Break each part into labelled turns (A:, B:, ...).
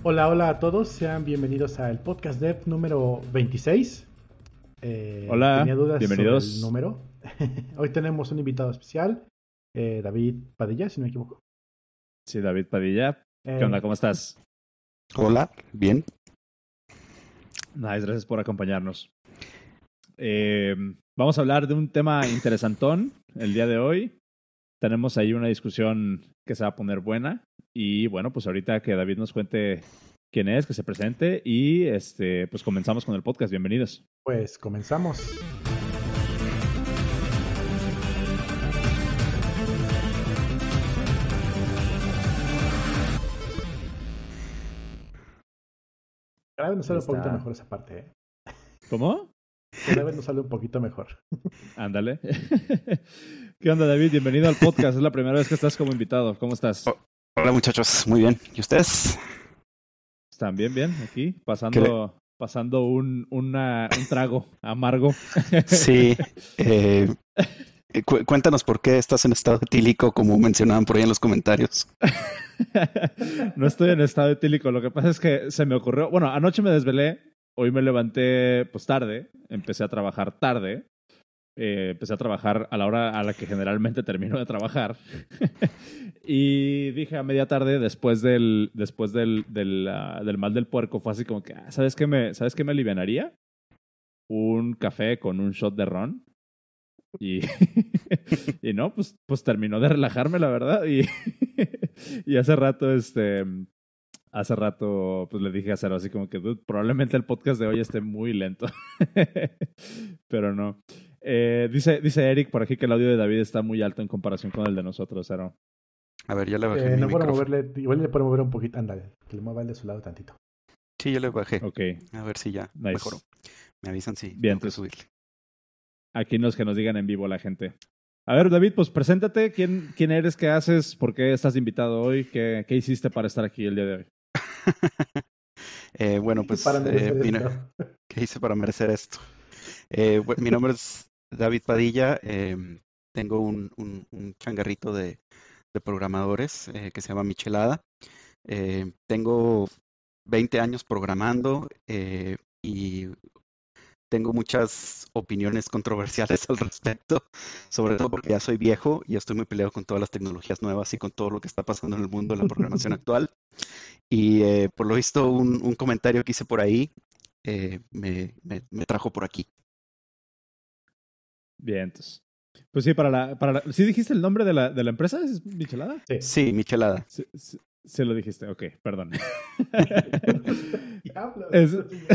A: Hola, hola a todos, sean bienvenidos al podcast Dev número 26. Tenía
B: Hola,
A: dudas sobre el
B: bienvenidos.
A: número. Hoy tenemos un invitado especial, David Padilla, si no me equivoco.
B: Sí, David Padilla. ¿Qué onda?
A: Eh,
B: ¿Cómo estás?
C: Hola, bien.
B: Nice, gracias por acompañarnos. Eh, Vamos a hablar de un tema interesantón el día de hoy. Tenemos ahí una discusión que se va a poner buena. Y bueno, pues ahorita que David nos cuente quién es, que se presente y pues comenzamos con el podcast. Bienvenidos.
A: pues comenzamos. Cada vez nos
B: Ahí
A: sale un poquito
B: está.
A: mejor esa parte, ¿eh?
B: ¿Cómo?
A: Cada vez nos sale un poquito mejor.
B: Ándale. ¿Qué onda, David? Bienvenido al podcast. Es la primera vez que estás como invitado. ¿Cómo estás?
C: Hola muchachos, muy bien. ¿Y ustedes?
B: ¿Están bien, bien? Aquí,
C: ¿Qué le-
B: pasando un trago amargo.
C: Sí, eh, cuéntanos por qué estás en estado etílico, como mencionaban por ahí en los comentarios.
B: No estoy en estado etílico. Lo que pasa es que se me ocurrió. Bueno, anoche me desvelé. Hoy me levanté pues tarde. Empecé a trabajar tarde. Empecé a trabajar a la hora a la que generalmente termino de trabajar. Y dije a media tarde, después del mal del puerco, fue así como que, ¿sabes qué me alivianaría? Un café con un shot de ron. Y, y no, pues terminó de relajarme, la verdad. Y hace rato, pues le dije a Cero así como que, dude, probablemente el podcast de hoy esté muy lento. Pero no. Dice Eric por aquí que el audio de David está muy alto en comparación con el de nosotros, Cero.
C: A ver, ya le bajé mi
A: No puedo
C: micrófono.
A: moverle, igual le puedo mover un poquito, ándale, que le mueva el de su lado tantito.
C: Sí, ya le bajé.
B: Ok,
C: A ver si ya mejoró.
B: nice.
C: Me avisan si
B: Bien,
C: tengo que
B: entonces,
C: subirle.
B: aquí que nos digan en vivo la gente. A ver, David, pues preséntate. ¿Quién eres? ¿Qué haces? ¿Por qué estás invitado hoy? ¿Qué hiciste para estar aquí el día de hoy?
C: Bueno,
A: Para
C: pues,
A: merecer esto.
C: ¿qué hice para merecer esto? Mi nombre es David Padilla. Tengo un changarrito de programadores que se llama Michelada. Tengo 20 años programando y tengo muchas opiniones controversiales al respecto, sobre todo porque ya soy viejo y estoy muy peleado con todas las tecnologías nuevas y con todo lo que está pasando en el mundo de la programación actual. Y por lo visto, un comentario que hice por ahí me trajo por aquí.
B: Bien, entonces. Pues sí, ¿sí dijiste el nombre de la empresa? ¿Es Michelada?
A: Sí.
C: Sí, Michelada.
B: Sí lo dijiste. Ok, perdón.
A: Diablos,
B: Es-
A: eso sí.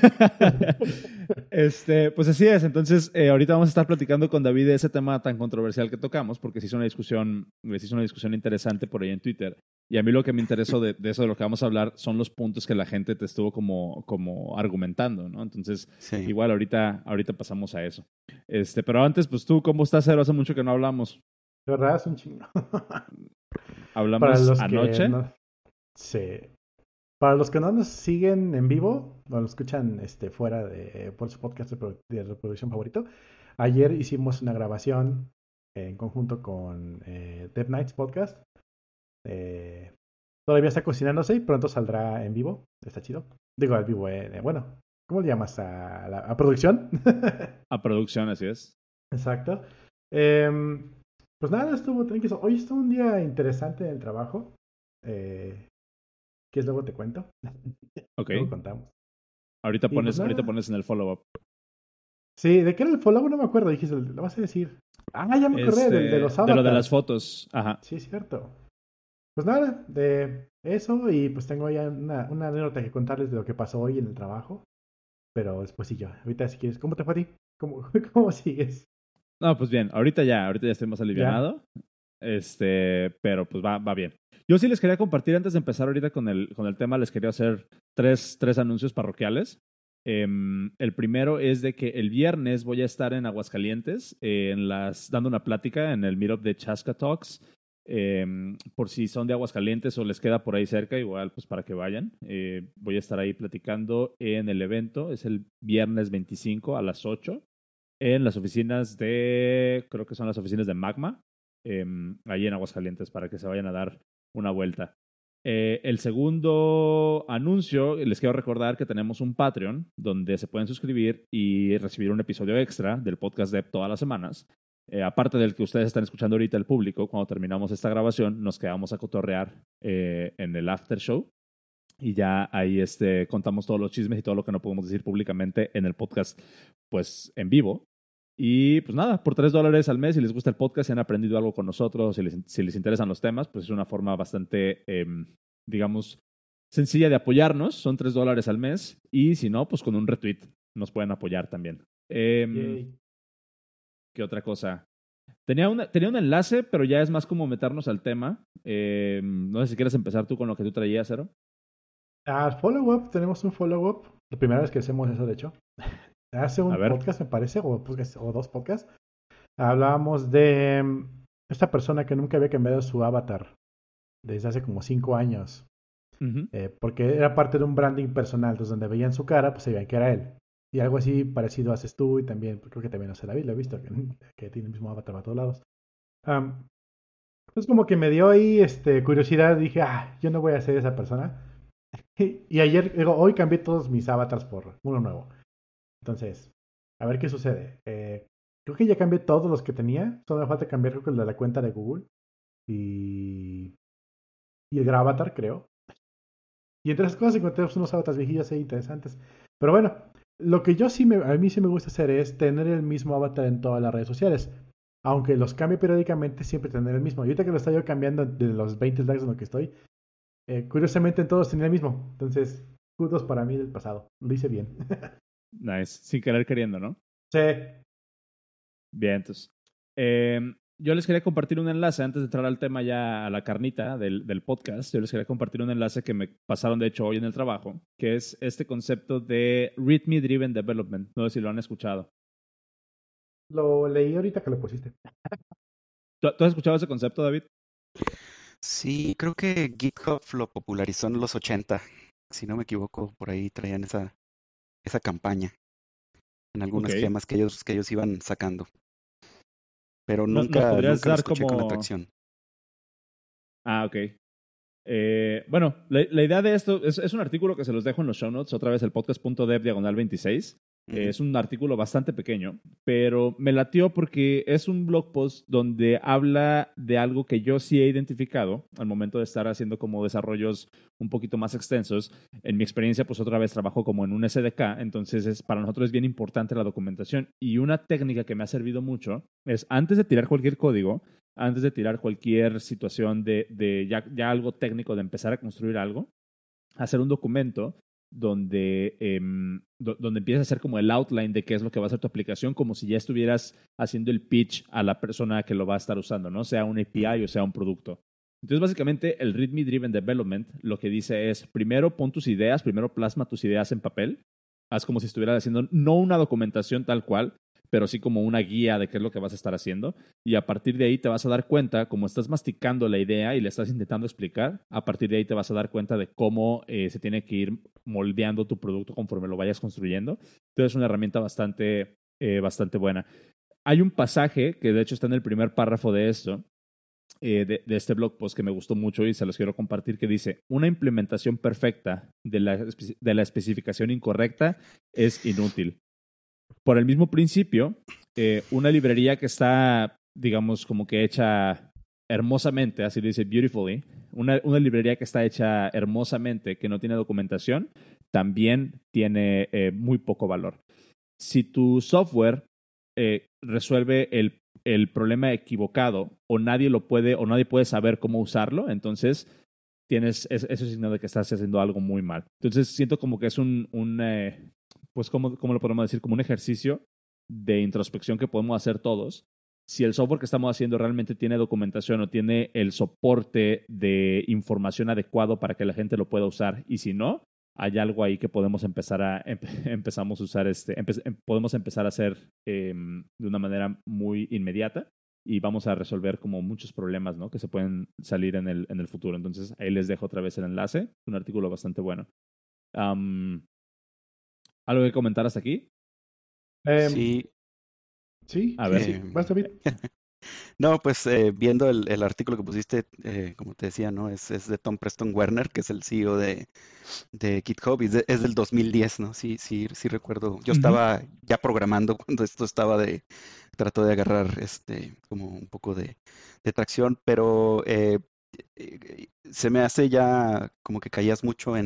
B: Pues así es. Entonces, ahorita vamos a estar platicando con David de ese tema tan controversial que tocamos, porque se hizo una discusión interesante por ahí en Twitter. Y a mí lo que me interesó de eso de lo que vamos a hablar son los puntos que la gente te estuvo como argumentando, ¿no? Entonces,
C: Sí.
B: igual ahorita pasamos a eso. Pero antes, pues tú, ¿cómo estás, Cero? Hace mucho que no hablamos.
A: De verdad es un chingo. Para
B: Hablamos
A: los que
B: anoche.
A: no, sí. Para los que no nos siguen en vivo, o lo escuchan fuera por su podcast de reproducción favorito, ayer hicimos una grabación en conjunto con Dev Nights Podcast. Eh, Todavía está cocinándose y pronto saldrá en vivo. Está chido. Digo, al vivo, bueno, ¿cómo le llamas? ¿A producción?
B: A producción, así es.
A: Exacto. Pues nada, estuvo tranquilo. Hoy estuvo un día interesante en el trabajo. Eh, que es luego te cuento.
B: Ok.
A: Luego contamos.
B: Ahorita
A: Y pues
B: ahorita
A: nada.
B: pones en el follow-up.
A: Sí, ¿de qué era el follow? No me acuerdo. Dijiste, lo vas a decir. Ah, ya me acordé, del de los
B: De lo de las
A: avatars.
B: fotos. Ajá.
A: Sí, cierto. Pues nada, de eso. Y pues tengo ya una anécdota que contarles de lo que pasó hoy en el trabajo. Pero después sí yo. Ahorita si quieres, ¿cómo te fue a ti? ¿Cómo sigues?
B: No, pues bien, ahorita ya estoy más
A: Ya.
B: alivianado. Pero pues va bien. Yo sí les quería compartir, antes de empezar ahorita con el tema, les quería hacer tres anuncios parroquiales. El primero es de que el viernes voy a estar en Aguascalientes, dando una plática en el meetup de Chaska Talks. Por si son de Aguascalientes o les queda por ahí cerca, igual pues para que vayan. Voy a estar ahí platicando en el evento. Es el viernes 25 a las 8 en las oficinas creo que son las oficinas de Magma, ahí en Aguascalientes, para que se vayan a dar una vuelta. El segundo anuncio, les quiero recordar que tenemos un Patreon donde se pueden suscribir y recibir un episodio extra del podcast Dev todas las semanas. Aparte del que ustedes están escuchando ahorita el público, cuando terminamos esta grabación, nos quedamos a cotorrear en el after show. Y ya ahí contamos todos los chismes y todo lo que no podemos decir públicamente en el podcast, pues en vivo. Y pues nada, por $3 al mes, si les gusta el podcast, si han aprendido algo con nosotros, si les interesan los temas, pues es una forma bastante, digamos, sencilla de apoyarnos. Son $3 al mes. Y si no, pues con un retweet nos pueden apoyar también. ¿Qué otra cosa? Tenía un enlace, pero ya es más como meternos al tema. No sé si quieres empezar tú con lo que tú traías, Cero.
A: Follow-up, tenemos un follow-up. La primera vez que hacemos eso, de hecho. Hace un podcast, me parece, o dos podcasts, hablábamos de esta persona que nunca había cambiado su avatar desde hace como 5 años.
B: Uh-huh.
A: Porque era parte de un branding personal, entonces donde veían su cara, pues se veían que era él. Y algo así parecido haces tú y también, creo que también hace David, lo he visto, que tiene el mismo avatar para todos lados. Entonces como que me dio ahí curiosidad, dije, yo no voy a ser esa persona. Y hoy cambié todos mis avatars por uno nuevo. Entonces, a ver qué sucede. Creo que ya cambié todos los que tenía. Solo me falta cambiar, creo que el de la cuenta de Google. Y el Gravatar, creo. Y entre esas cosas encontré unos avatars viejillos e interesantes. Pero bueno, lo que a mí sí me gusta hacer es tener el mismo avatar en todas las redes sociales. Aunque los cambie periódicamente, siempre tener el mismo. Y ahorita que lo estoy yo cambiando de los 20 likes en los que estoy, curiosamente en todos tenía el mismo. Entonces, kudos para mí del pasado. Lo hice bien.
B: Nice. Sin querer queriendo, ¿no?
A: Sí.
B: Bien, entonces. Yo les quería compartir un enlace antes de entrar al tema ya a la carnita del podcast. Yo les quería compartir un enlace que me pasaron de hecho hoy en el trabajo, que es este concepto de README Driven Development. No sé si lo han escuchado.
A: Lo leí ahorita que lo pusiste.
B: ¿Tú has escuchado ese concepto, David?
C: Sí, creo que GitHub lo popularizó en los 80. Si no me equivoco, por ahí traían esa campaña en algunos esquemas que ellos iban sacando. Pero nunca lo escuché con atracción.
B: Ok. Bueno, la idea de esto es un artículo que se los dejo en los show notes, otra vez el podcast.dev/26. Es un artículo bastante pequeño, pero me latió porque es un blog post donde habla de algo que yo sí he identificado al momento de estar haciendo como desarrollos un poquito más extensos. En mi experiencia, pues otra vez trabajo como en un SDK, entonces para nosotros es bien importante la documentación. Y una técnica que me ha servido mucho es antes de tirar cualquier código, antes de tirar cualquier situación de ya algo técnico, de empezar a construir algo, hacer un documento donde empiezas a hacer como el outline de qué es lo que va a ser tu aplicación, como si ya estuvieras haciendo el pitch a la persona que lo va a estar usando, ¿no? Sea un API o sea un producto. Entonces, básicamente, el README Driven Development lo que dice es, primero pon tus ideas, primero plasma tus ideas en papel, haz como si estuvieras haciendo no una documentación tal cual, pero sí como una guía de qué es lo que vas a estar haciendo. Y a partir de ahí te vas a dar cuenta, como estás masticando la idea y le estás intentando explicar, a partir de ahí te vas a dar cuenta de cómo se tiene que ir moldeando tu producto conforme lo vayas construyendo. Entonces es una herramienta bastante buena. Hay un pasaje que de hecho está en el primer párrafo de esto, de este blog post que me gustó mucho y se los quiero compartir, que dice: una implementación perfecta de la especificación incorrecta es inútil. Por el mismo principio, una librería que está, digamos, como que hecha hermosamente, así lo dice beautifully, una librería que está hecha hermosamente, que no tiene documentación, también tiene muy poco valor. Si tu software resuelve el problema equivocado o nadie lo puede o nadie puede saber cómo usarlo, entonces tienes eso signo de que estás haciendo algo muy mal. Entonces siento como que es pues, ¿cómo lo podemos decir? Como un ejercicio de introspección que podemos hacer todos. Si el software que estamos haciendo realmente tiene documentación o tiene el soporte de información adecuado para que la gente lo pueda usar, y si no, hay algo ahí que podemos empezar a usar, podemos empezar a hacer de una manera muy inmediata y vamos a resolver como muchos problemas, ¿no?, que se pueden salir en el futuro. Entonces, ahí les dejo otra vez el enlace. Un artículo bastante bueno. ¿Algo que comentar hasta aquí?
C: Sí.
A: Sí,
B: a ver.
A: sí. ¿Vas, David?
C: No, pues viendo el artículo que pusiste, como te decía, ¿no? Es de Tom Preston Werner, que es el CEO de GitHub, y es del 2010, ¿no? Sí, sí, sí recuerdo. Yo
B: Ujú.
C: estaba ya programando cuando esto estaba trató de agarrar como un poco de tracción, pero se me hace ya como que caías mucho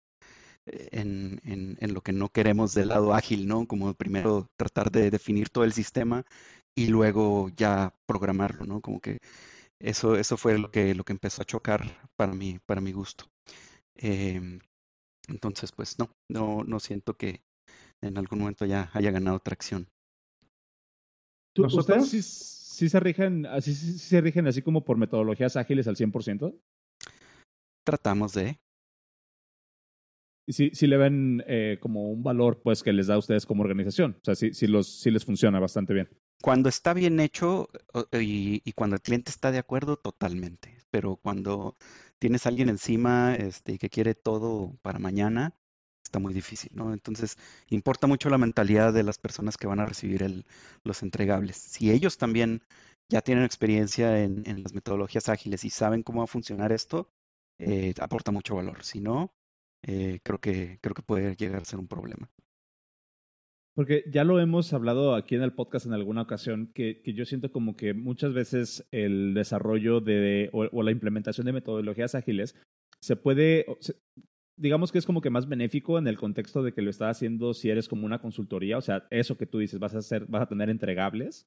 C: en lo que no queremos del lado ágil, ¿no? Como primero tratar de definir todo el sistema y luego ya programarlo, ¿no? Como que eso fue lo que empezó a chocar para mi gusto. Em, entonces, pues no siento que en algún momento ya haya ganado tracción.
B: ¿Ustedes sí,
A: Nosotros
B: sí se rigen, así, sí se rigen así como por metodologías ágiles al 100%?
C: Tratamos de,
B: Y sí, sí le ven como un valor pues que les da a ustedes como organización. O sea, sí les funciona bastante bien.
C: cuando está bien hecho y cuando el cliente está de acuerdo, totalmente. Pero cuando tienes a alguien encima y que quiere todo para mañana, está muy difícil, ¿no? Entonces, importa mucho la mentalidad de las personas que van a recibir los entregables. Si ellos también ya tienen experiencia en las metodologías ágiles y saben cómo va a funcionar esto, aporta mucho valor. Si no, creo que puede llegar a ser un problema.
B: Porque ya lo hemos hablado aquí en el podcast en alguna ocasión, que yo siento como que muchas veces el desarrollo o la implementación de metodologías ágiles se puede, digamos que es como que más benéfico en el contexto de que lo estás haciendo si eres como una consultoría, o sea, eso que tú dices, vas a tener entregables,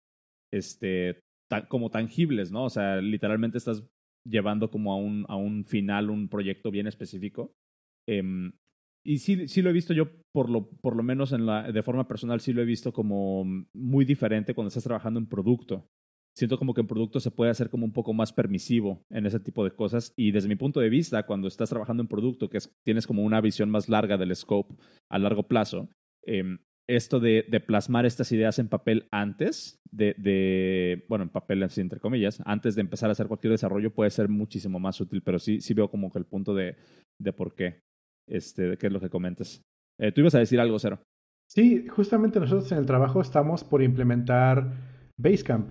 B: como tangibles, ¿no? O sea, literalmente estás llevando como a un final un proyecto bien específico. Em, y sí lo he visto yo, por lo menos de forma personal, sí lo he visto como muy diferente cuando estás trabajando en producto. Siento como que en producto se puede hacer como un poco más permisivo en ese tipo de cosas. Y desde mi punto de vista, cuando estás trabajando en producto, tienes como una visión más larga del scope a largo plazo, esto de plasmar estas ideas en papel antes bueno, en papel así entre comillas, antes de empezar a hacer cualquier desarrollo puede ser muchísimo más útil, pero sí veo como que el punto de por qué, de qué es lo que comentas. Tú ibas a decir algo, Cero.
A: Sí, justamente nosotros en el trabajo estamos por implementar Basecamp.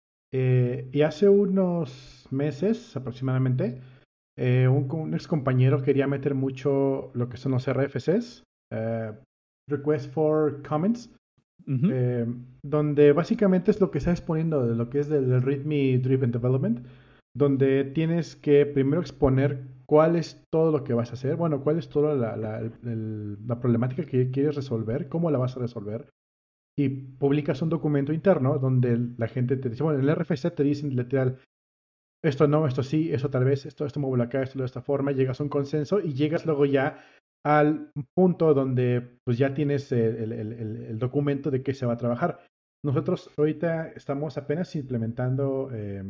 A: Y hace unos meses aproximadamente, un ex compañero quería meter mucho lo que son los RFCs, Request for Comments,
B: Ujú.
A: eh, donde básicamente es lo que está exponiendo de lo que es del README Driven Development, donde tienes que primero exponer cuál es todo lo que vas a hacer, bueno, cuál es toda la problemática que quieres resolver, cómo la vas a resolver, y publicas un documento interno donde la gente te dice, bueno, en el RFC te dicen literal, esto no, esto sí, eso tal vez, esto móvil acá, esto de esta forma, llegas a un consenso y llegas luego ya al punto donde pues ya tienes el documento de qué se va a trabajar. Nosotros ahorita estamos apenas implementando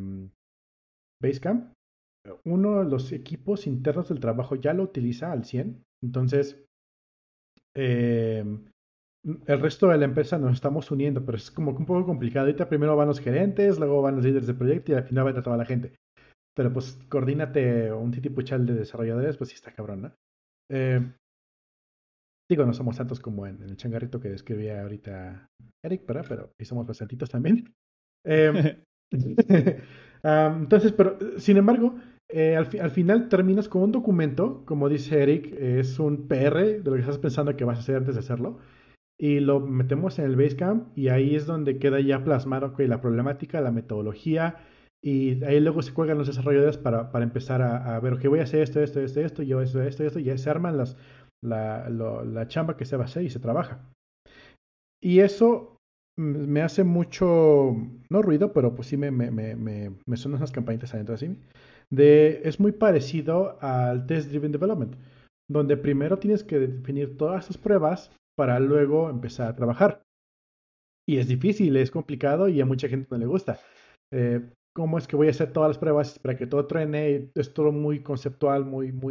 A: Basecamp. Uno de los equipos internos del trabajo ya lo utiliza al 100. Entonces, eh, el resto de la empresa nos estamos uniendo, pero es como que un poco complicado. Ahorita primero van los gerentes, luego van los líderes de proyecto y al final va a toda la gente. Pero pues coordínate un titipuchal de desarrolladores, pues sí está cabrón, ¿no? Eh, digo, no somos tantos como en el changarrito que describía ahorita Eric, pero sí somos bastantitos también. Eh, entonces, pero sin embargo, al final terminas con un documento, como dice Eric, es un PR de lo que estás pensando que vas a hacer antes de hacerlo, y lo metemos en el Basecamp y ahí es donde queda ya plasmado okay, la problemática, la metodología y ahí luego se cuelgan los desarrolladores para empezar a ver, ok, voy a hacer esto, yo esto, y ya se arman la chamba que se va a hacer y se trabaja. Y eso me hace mucho, no ruido, pero pues sí me suenan unas campanitas adentro así. Es muy parecido al Test Driven Development, donde primero tienes que definir todas tus pruebas para luego empezar a trabajar. Y es difícil, es complicado y a mucha gente no le gusta. ¿Cómo es que voy a hacer todas las pruebas para que todo truene? Es todo muy conceptual,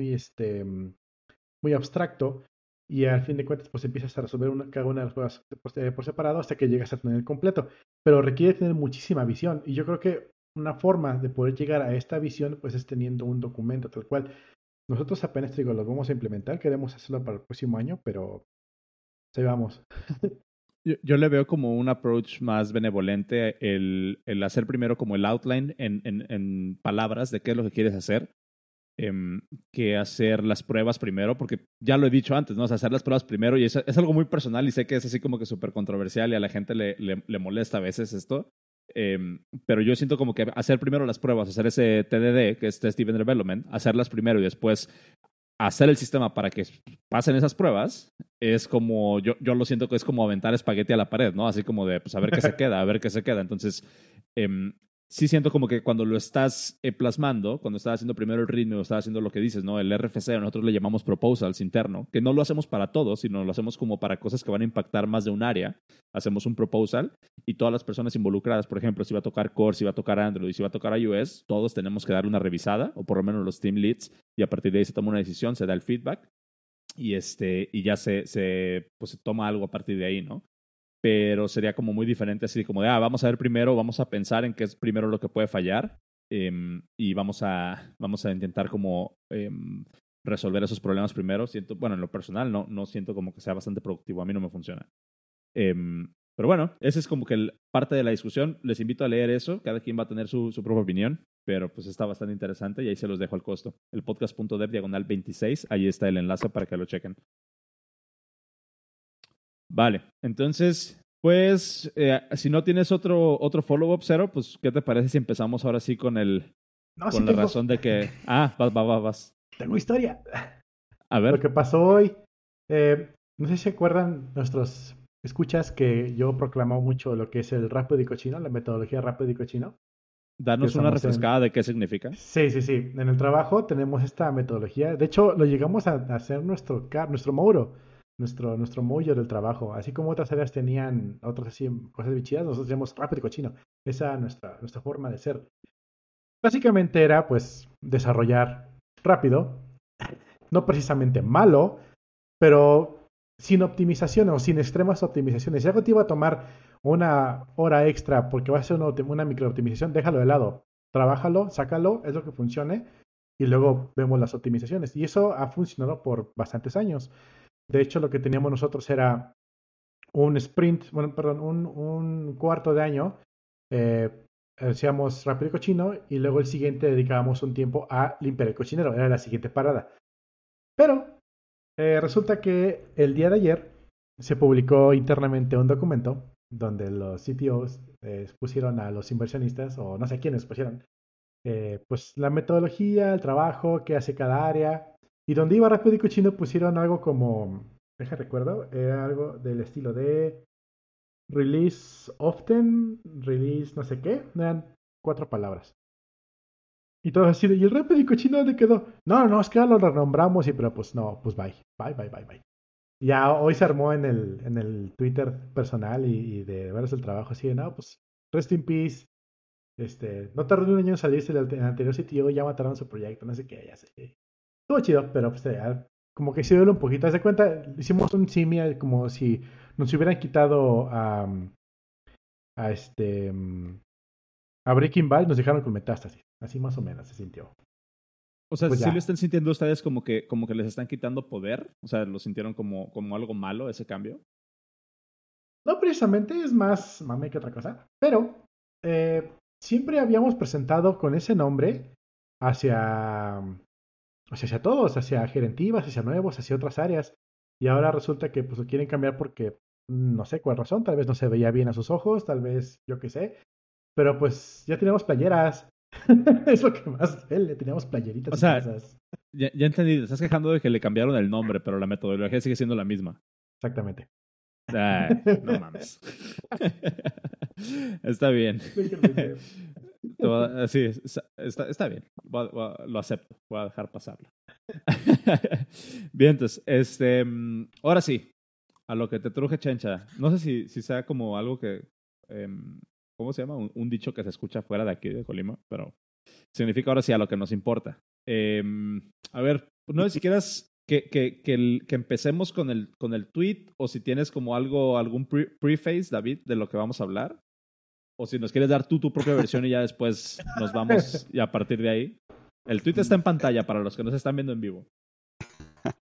A: muy abstracto. Y al fin de cuentas, pues empiezas a resolver cada una de las pruebas por separado hasta que llegas a tener el completo. Pero requiere tener muchísima visión. Y yo creo que una forma de poder llegar a esta visión, pues es teniendo un documento tal cual. Nosotros apenas te digo, lo vamos a implementar, queremos hacerlo para el próximo año, pero ahí vamos.
B: Yo le veo como un approach más benevolente el hacer primero como el outline en palabras de qué es lo que quieres hacer, que hacer las pruebas primero, porque ya lo he dicho antes, ¿no? O sea, hacer las pruebas primero y es algo muy personal y sé que es así como que súper controversial y a la gente le molesta a veces esto, pero yo siento como que hacer primero las pruebas, hacer ese TDD, que es Test Driven Development, hacerlas primero y después hacer el sistema para que pasen esas pruebas, es como, yo lo siento que es como aventar espagueti a la pared, ¿no? Así como de, pues a ver qué se queda, a ver qué se queda. Entonces, sí siento como que cuando lo estás plasmando, cuando estás haciendo primero el ritmo, estás haciendo lo que dices, ¿no? El RFC, nosotros le llamamos proposals interno, que no lo hacemos para todos, sino lo hacemos como para cosas que van a impactar más de un área. Hacemos un proposal y todas las personas involucradas, por ejemplo, si va a tocar Core, si va a tocar Android, si va a tocar iOS, todos tenemos que darle una revisada, o por lo menos los team leads, y a partir de ahí se toma una decisión, se da el feedback y ya pues, se toma algo a partir de ahí, ¿no? Pero sería como muy diferente, así como de, vamos a ver primero, vamos a pensar en qué es primero lo que puede fallar y vamos a intentar como resolver esos problemas primero. Siento, bueno, en lo personal no siento como que sea bastante productivo, a mí no me funciona. Pero bueno, esa es como que parte de la discusión. Les invito a leer eso, cada quien va a tener su propia opinión, pero pues está bastante interesante y ahí se los dejo al costo. El podcast.dev/26, ahí está el enlace para que lo chequen. Vale, entonces, pues, si no tienes otro follow-up, Cero, pues, ¿qué te parece si empezamos ahora sí con
A: sí
B: la razón de que... vas.
A: Tengo historia.
B: A ver.
A: Lo que pasó hoy, no sé si se acuerdan nuestros escuchas que yo proclamo mucho lo que es el rápido y cochino, la metodología rápido y cochino.
B: Danos una refrescada de qué significa.
A: Sí. En el trabajo tenemos esta metodología. De hecho, lo llegamos a hacer nuestro Mouro, nuestro mollo del trabajo. Así como otras áreas tenían otras así cosas bichidas, nosotros tenemos rápido y cochino. Esa es nuestra forma de ser. Básicamente era, pues, desarrollar rápido, no precisamente malo, pero sin optimización o sin extremas optimizaciones. Si algo te iba a tomar una hora extra porque va a ser una microoptimización, déjalo de lado. Trabájalo, sácalo, es lo que funcione y luego vemos las optimizaciones. Y eso ha funcionado por bastantes años. De hecho, lo que teníamos nosotros era un sprint, un cuarto de año. Hacíamos rápido y cochino y luego el siguiente dedicábamos un tiempo a limpiar el cochinero. Era la siguiente parada. Pero resulta que el día de ayer se publicó internamente un documento donde los CTOs pusieron a los inversionistas, o no sé quiénes pusieron, pues la metodología, el trabajo que hace cada área, y donde iba rápido y cochino pusieron algo como, recuerdo, era algo del estilo de release often, release no sé qué, eran 4 palabras. Y todo así, ¿y el rápido y cochino dónde quedó? No, es que ahora lo renombramos, pero pues no, pues bye. Ya hoy se armó en el Twitter personal y de veras el trabajo así de, no, pues rest in peace. No tardó un año en salirse el anterior sitio, ya mataron su proyecto, no sé qué, ya sé. Estuvo chido, pero pues como que sí duele un poquito. Haz de cuenta, hicimos un simia como si nos hubieran quitado a a Breaking Bad y nos dejaron con Metástasis. Así más o menos se sintió.
B: O sea,
A: Pues
B: ¿sí lo
A: ya.
B: están sintiendo ustedes como que les están quitando poder? O sea, ¿lo sintieron como algo malo ese cambio?
A: No precisamente, es más mame que otra cosa. Pero siempre habíamos presentado con ese nombre hacia todos, hacia gerentivas, hacia nuevos, hacia otras áreas. Y ahora resulta que pues lo quieren cambiar porque no sé cuál razón, tal vez no se veía bien a sus ojos, tal vez yo qué sé. Pero pues ya tenemos playeras. Es lo que más le teníamos playeritas
B: O
A: y
B: sea,
A: cosas.
B: ya entendí, te estás quejando de que le cambiaron el nombre, pero la metodología sigue siendo la misma.
A: Exactamente.
B: Ay, no mames. Está bien. Sí, está bien. Lo acepto. Voy a dejar pasarlo. Bien, entonces, ahora sí, a lo que te truje, Chencha. No sé si sea como algo que, ¿cómo se llama? Un dicho que se escucha fuera de aquí, de Colima, pero significa ahora sí a lo que nos importa. A ver, no sé si quieras que empecemos con el tweet o si tienes como algún preface, David, de lo que vamos a hablar. O si nos quieres dar tu propia versión y ya después nos vamos y a partir de ahí. El tweet está en pantalla para los que nos están viendo en vivo.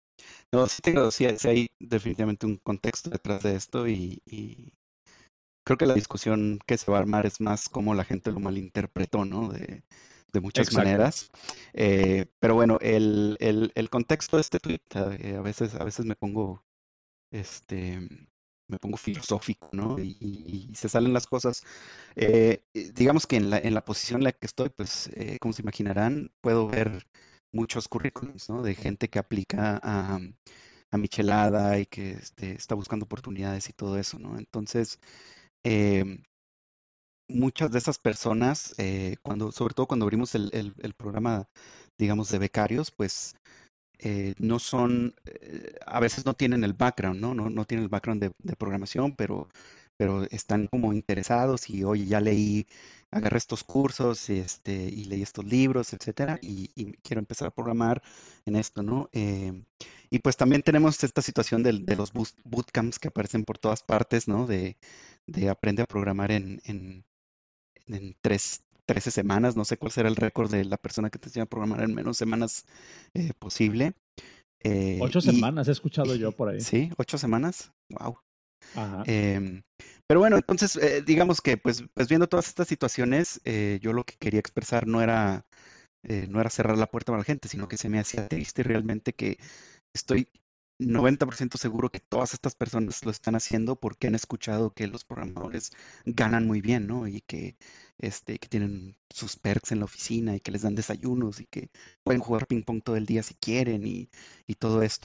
C: No, sí hay definitivamente un contexto detrás de esto y creo que la discusión que se va a armar es más cómo la gente lo malinterpretó, ¿no? De muchas
B: Exacto.
C: maneras. Pero bueno, el contexto de este tweet, a veces este, me pongo filosófico, ¿no? Y se salen las cosas. Digamos que en la posición en la que estoy, pues, como se imaginarán, puedo ver muchos currículums, ¿no? De gente que aplica a Michelada y que está buscando oportunidades y todo eso, ¿no? Entonces, em, muchas de esas personas, sobre todo cuando abrimos el programa, digamos, de becarios, pues no son, a veces no tienen el background, ¿no? No tienen el background de programación, pero están como interesados y, oye, ya leí, agarré estos cursos y leí estos libros, etcétera, y quiero empezar a programar en esto, ¿no? Y pues también tenemos esta situación de los bootcamps que aparecen por todas partes, ¿no? De aprende a programar en 13 semanas. No sé cuál será el récord de la persona que te enseña a programar en menos semanas posible. Eh,
B: Ocho
C: y
B: semanas he escuchado yo por ahí.
C: sí, 8 semanas. Wow.
B: Ajá.
C: Pero bueno, entonces digamos que pues viendo todas estas situaciones, yo lo que quería expresar no era cerrar la puerta a la gente, sino que se me hacía triste realmente que estoy 90% seguro que todas estas personas lo están haciendo porque han escuchado que los programadores ganan muy bien, ¿no? Y que tienen sus perks en la oficina y que les dan desayunos y que pueden jugar ping pong todo el día si quieren y todo esto.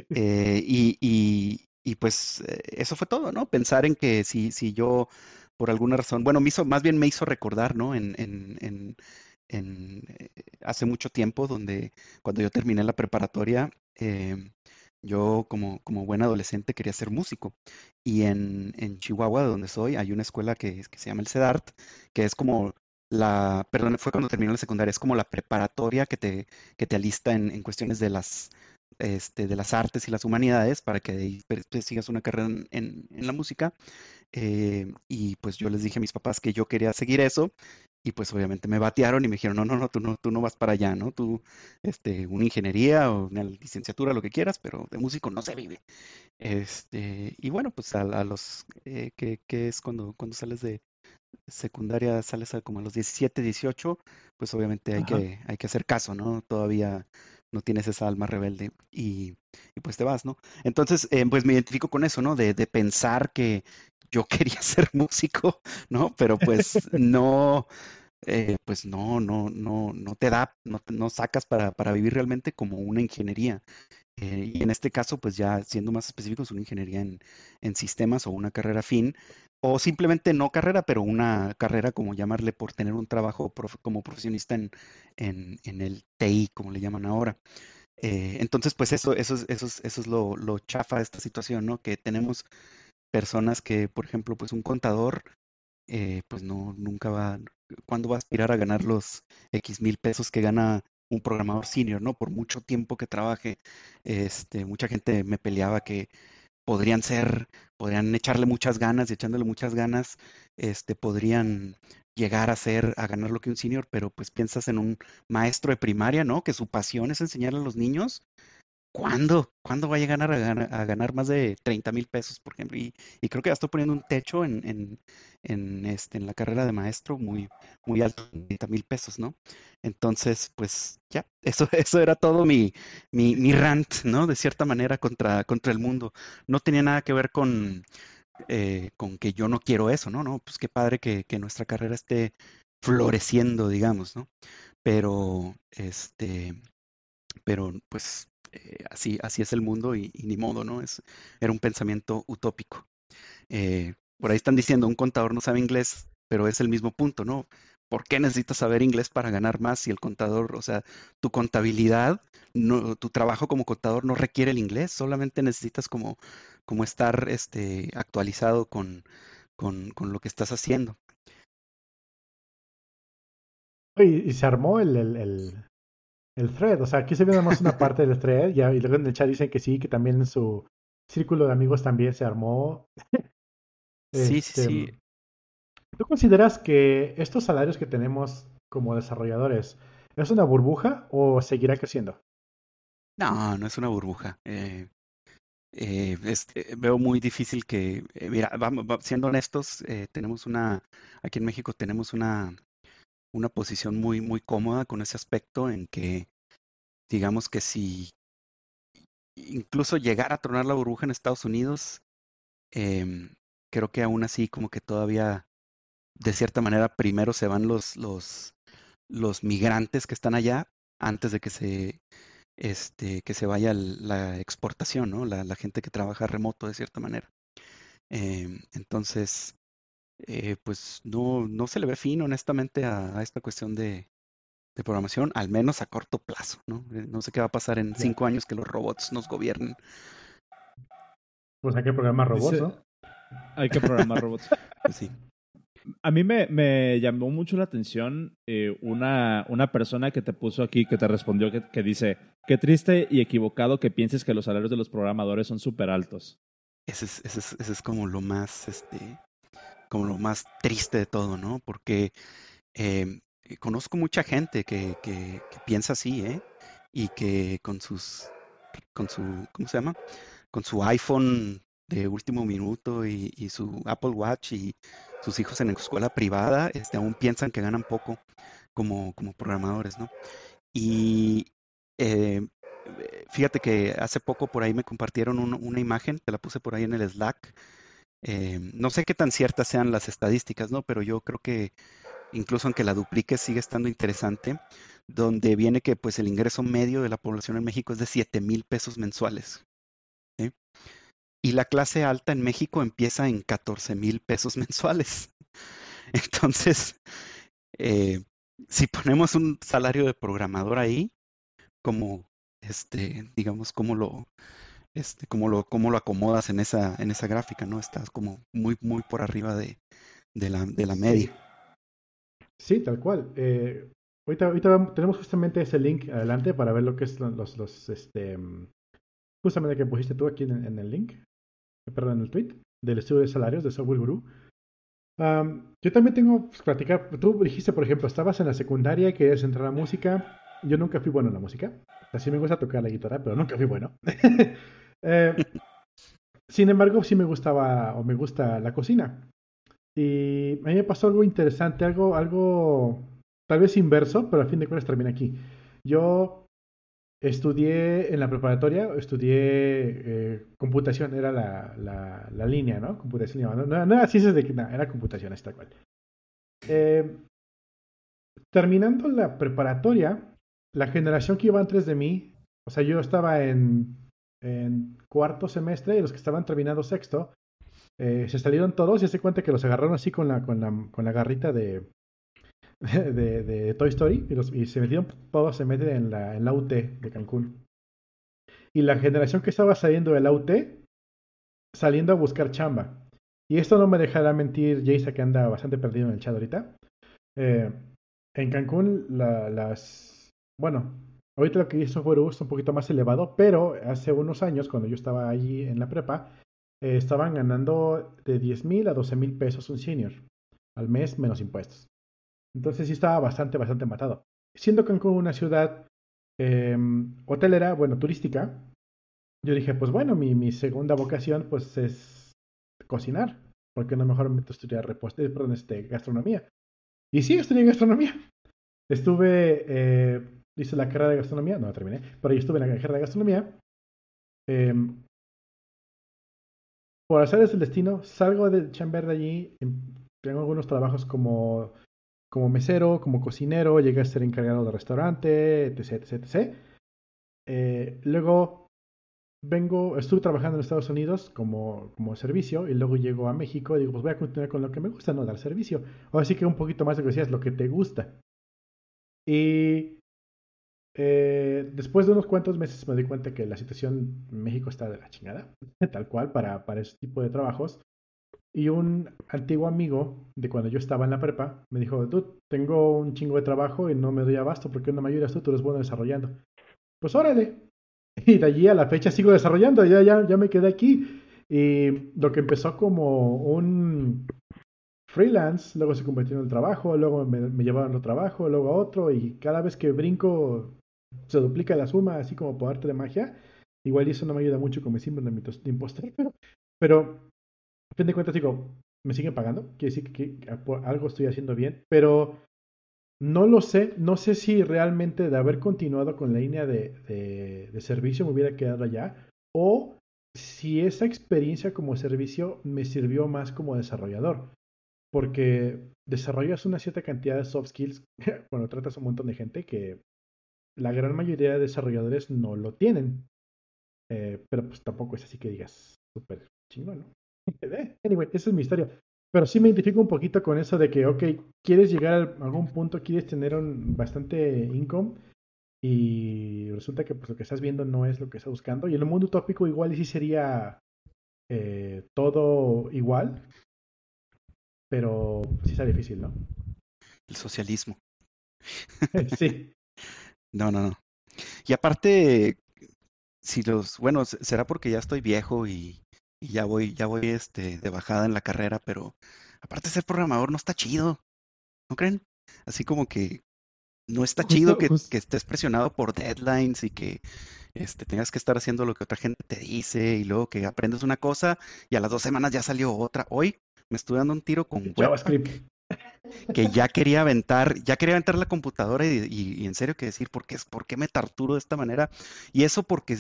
C: Y pues eso fue todo, ¿no? Pensar en que si yo por alguna razón, bueno, más bien me hizo recordar, ¿no? Hace mucho tiempo, donde cuando yo terminé la preparatoria, yo como buen adolescente quería ser músico. Y en Chihuahua, de donde soy, hay una escuela que se llama el CEDART, que es como perdón, fue cuando terminé la secundaria, es como la preparatoria que te alista en cuestiones de las artes y las humanidades para que de ahí pues, sigas una carrera en la música. Y pues yo les dije a mis papás que yo quería seguir eso y pues obviamente me batearon y me dijeron, no, tú no vas para allá, ¿no? Tú, una ingeniería o una licenciatura, lo que quieras, pero de músico no se vive. Y bueno, pues a los, que es cuando sales de secundaria, sales como a los 17 18 pues obviamente
B: Ajá.
C: hay que hacer caso, ¿no? Todavía no tienes esa alma rebelde y pues te vas, ¿no? Entonces, pues me identifico con eso, ¿no? De pensar que yo quería ser músico, ¿no? Pero no te da, no sacas para vivir realmente como una ingeniería. Y en este caso, pues ya siendo más específicos, una ingeniería en sistemas o una carrera afín, o simplemente no carrera, pero una carrera como llamarle por tener un trabajo como profesionista en el TI, como le llaman ahora. Entonces, pues eso es lo chafa de esta situación, ¿no? Que tenemos personas que, por ejemplo, pues un contador, pues no, nunca va, ¿cuándo va a aspirar a ganar los X mil pesos que gana un programador senior, ¿no? Por mucho tiempo que trabaje, mucha gente me peleaba que podrían ser, podrían echarle muchas ganas y echándole muchas ganas, podrían llegar a ganar lo que un senior, pero pues piensas en un maestro de primaria, ¿no? Que su pasión es enseñarle a los niños. ¿Cuándo va a llegar a ganar más de 30,000 pesos, por ejemplo? Y creo que ya estoy poniendo un techo en la carrera de maestro muy alto, 30,000 pesos, ¿no? Entonces, pues ya, eso era todo mi rant, ¿no? De cierta manera contra el mundo. No tenía nada que ver con que yo no quiero eso, ¿no? No, pues qué padre que nuestra carrera esté floreciendo, digamos, ¿no? Pero, pues así es el mundo y ni modo, ¿no? Era un pensamiento utópico. Por ahí están diciendo, un contador no sabe inglés, pero es el mismo punto, ¿no? ¿Por qué necesitas saber inglés para ganar más si el contador, o sea, tu contabilidad, no, tu trabajo como contador no requiere el inglés, solamente necesitas como estar actualizado con lo que estás haciendo.
A: Y se armó el thread. O sea, aquí se ve nada más una parte del thread. Y luego en el chat dicen que sí, que también en su círculo de amigos también se armó.
C: Sí, sí,
A: Este,
C: sí.
A: ¿Tú consideras que estos salarios que tenemos como desarrolladores es una burbuja o seguirá creciendo?
C: No, no es una burbuja. Veo muy difícil que, mira, siendo honestos, aquí en México tenemos una posición muy, muy cómoda con ese aspecto en que, digamos que si incluso llegar a tronar la burbuja en Estados Unidos, em, creo que aún así como que todavía, de cierta manera, primero se van los migrantes que están allá antes de que se vaya la exportación, ¿no? La gente que trabaja remoto de cierta manera. Entonces, pues no se le ve fin, honestamente, a esta cuestión de programación, al menos a corto plazo, ¿no? No sé qué va a pasar en
A: Ya.
C: 5 años que los robots nos gobiernen.
A: Pues hay que programar robots,
B: Dice,
A: ¿no?
B: hay que programar robots.
C: Pues sí.
B: A mí me llamó mucho la atención una persona que te puso aquí, que te respondió, que dice, qué triste y equivocado que pienses que los salarios de los programadores son súper altos.
C: Ese es como lo más triste de todo, ¿no? Porque conozco mucha gente que piensa así, ¿eh? Y que ¿cómo se llama? Con su iPhone de último minuto y su Apple Watch y sus hijos en escuela privada, aún piensan que ganan poco como programadores, ¿no? Y eh, fíjate que hace poco por ahí me compartieron una imagen, te la puse por ahí en el Slack. No sé qué tan ciertas sean las estadísticas, ¿no? Pero yo creo que incluso aunque la duplique sigue estando interesante, donde viene que pues el ingreso medio de la población en México es de 7,000 pesos mensuales. ¿Sí? Y la clase alta en México empieza en 14,000 pesos mensuales. Entonces, eh, si ponemos un salario de programador ahí, como, digamos, cómo lo acomodas en esa gráfica, ¿no? Estás como muy, muy por arriba de la
A: Sí,
C: media.
A: sí, tal cual. Tenemos justamente ese link adelante para ver lo que es justamente que pusiste tú aquí en el link, perdón, en el tweet del estudio de salarios de Software Guru. Yo también tengo, pues, platicar, tú dijiste, por ejemplo, estabas en la secundaria y querías entrar a música. Yo nunca fui bueno en la música. Así me gusta tocar la guitarra, pero nunca fui bueno. Eh, Sin embargo, sí me gustaba o me gusta la cocina. Y a mí me pasó algo interesante, algo tal vez inverso, pero al fin de cuentas termina aquí. Yo estudié en la preparatoria, estudié computación, era la línea, ¿no? Computación, no era ciencias de nada, era computación, está cual. Eh, Terminando la preparatoria, la generación que iba antes de mí, o sea, yo estaba en cuarto semestre y los que estaban terminando sexto, se salieron todos y se cuenta que los agarraron así con la garrita de Toy Story y se metieron, todos se meten en la UT de Cancún. Y la generación que estaba saliendo de la UT, saliendo a buscar chamba. Y esto no me dejará mentir Jason, que anda bastante perdido en el chat ahorita. Eh, en Cancún, bueno, ahorita lo que hizo fue un poquito más elevado, pero hace unos años, cuando yo estaba allí en la prepa, estaban ganando de 10,000 a 12,000 pesos un senior al mes menos impuestos. Entonces sí estaba bastante, bastante matado. Siendo Cancún una ciudad hotelera, bueno, turística, yo dije, pues bueno, mi segunda vocación pues es cocinar. ¿Por qué no mejor me meto a estudiar perdón, gastronomía? Y sí, estudié gastronomía. Estuve, hice la carrera de gastronomía, no la terminé, pero yo estuve en la carrera de gastronomía. Eh, por hacer del destino, salgo de chamber de allí, tengo algunos trabajos como mesero, como cocinero, llegué a ser encargado de restaurante, etc, etc, etc. Luego estuve trabajando en Estados Unidos como servicio y luego llego a México y digo, pues voy a continuar con lo que me gusta, no dar servicio. Ahora sí que un poquito más de lo que decías, lo que te gusta. Y después de unos cuantos meses me di cuenta que la situación en México está de la chingada, tal cual, para ese tipo de trabajos. Y un antiguo amigo de cuando yo estaba en la prepa me dijo, tú, tengo un chingo de trabajo y no me doy abasto, ¿por qué no me ayudas tú? Tú eres bueno desarrollando. Pues órale. Y de allí a la fecha sigo desarrollando, ya me quedé aquí. Y lo que empezó como un freelance, luego se convirtió en el trabajo, luego me llevaron a otro trabajo, luego a otro, y cada vez que brinco se duplica la suma, así como por arte de magia. Igual y eso no me ayuda mucho con mi síndrome de impostor, pero a fin de cuentas digo, me siguen pagando, quiere decir que por algo estoy haciendo bien, pero no lo sé, no sé si realmente de haber continuado con la línea de servicio me hubiera quedado allá, o si esa experiencia como servicio me sirvió más como desarrollador, porque desarrollas una cierta cantidad de soft skills cuando tratas a un montón de gente que la gran mayoría de desarrolladores no lo tienen. Pero pues tampoco es así que digas súper chingón, ¿no? Anyway, esa es mi historia. Pero sí me identifico un poquito con eso de que, ok, quieres llegar a algún punto, quieres tener un bastante income y resulta que pues lo que estás viendo no es lo que estás buscando. Y en el mundo utópico igual y sí sería todo igual, pero sí está difícil, ¿no?
C: El socialismo.
A: Sí.
C: No, no, no. Y aparte, bueno, será porque ya estoy viejo y ya voy de bajada en la carrera, pero aparte ser programador no está chido, ¿no creen? Así como que no está chido
B: Justo,
C: que estés presionado por deadlines y que tengas que estar haciendo lo que otra gente te dice y luego que aprendes una cosa y a las 2 semanas ya salió otra. Hoy me estuve dando un tiro con Webpack
A: JavaScript.
C: que ya quería aventar la computadora y en serio que decir, ¿por qué me torturo de esta manera? Y eso porque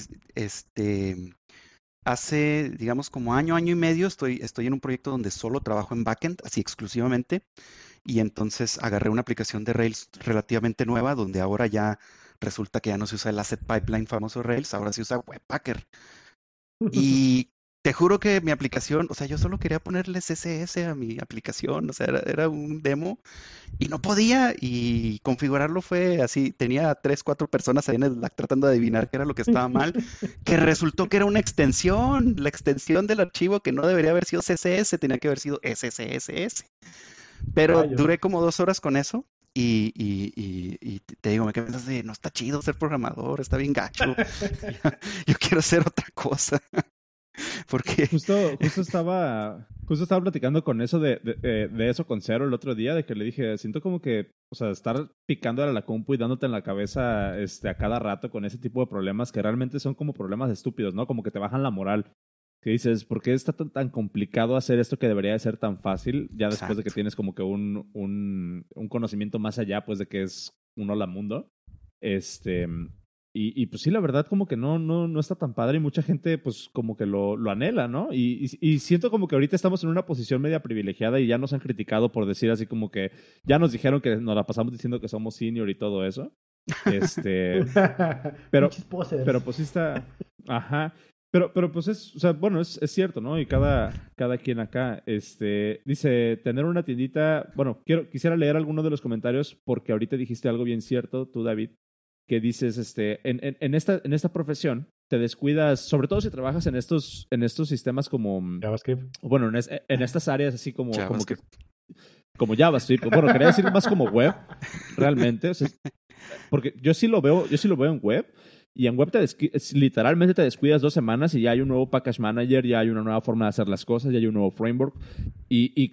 C: hace, digamos, como año y medio estoy en un proyecto donde solo trabajo en backend, así exclusivamente, y entonces agarré una aplicación de Rails relativamente nueva donde ahora ya resulta que ya no se usa el asset pipeline famoso Rails, ahora se usa Webpacker. Y te juro que mi aplicación, o sea, yo solo quería ponerle CSS a mi aplicación, o sea, era un demo y no podía y configurarlo fue así, tenía 3, 4 personas ahí en el Slack tratando de adivinar qué era lo que estaba mal, que resultó que era una extensión, la extensión del archivo que no debería haber sido CSS, tenía que haber sido SSSS. Pero
A: Rayos.
C: duré como 2 horas con eso y te digo, me quedé pensando de, no está chido ser programador, está bien gacho, yo quiero hacer otra cosa, porque
B: justo estaba platicando con eso de eso con Cero el otro día, de que le dije, siento como que, o sea, estar picándole a la compu y dándote en la cabeza a cada rato con ese tipo de problemas que realmente son como problemas estúpidos, ¿no? Como que te bajan la moral. Que dices, ¿por qué está tan complicado hacer esto que debería de ser tan fácil? Ya después de que
C: exacto.
B: tienes como que un conocimiento más allá, pues de que es un hola mundo. Este, y pues sí, la verdad como que no está tan padre y mucha gente pues como que lo anhela, ¿no? Y siento como que ahorita estamos en una posición media privilegiada y ya nos han criticado por decir así como que ya nos dijeron que nos la pasamos diciendo que somos senior y todo eso. Este, pero,
A: Pinches posers.
B: pero pues sí está, ajá. Pero pues o sea, bueno, es cierto, ¿no? Y cada quien acá, dice, tener una tiendita, bueno, quisiera leer alguno de los comentarios porque ahorita dijiste algo bien cierto, tú, David, que dices, en esta profesión te descuidas, sobre todo si trabajas en estos sistemas como,
A: JavaScript.
B: bueno, en estas áreas así
C: JavaScript.
B: como JavaScript, bueno, quería decir más como web, realmente, o sea, porque yo sí lo veo en web. Y en web literalmente te descuidas 2 semanas y ya hay un nuevo package manager, ya hay una nueva forma de hacer las cosas, ya hay un nuevo framework. Y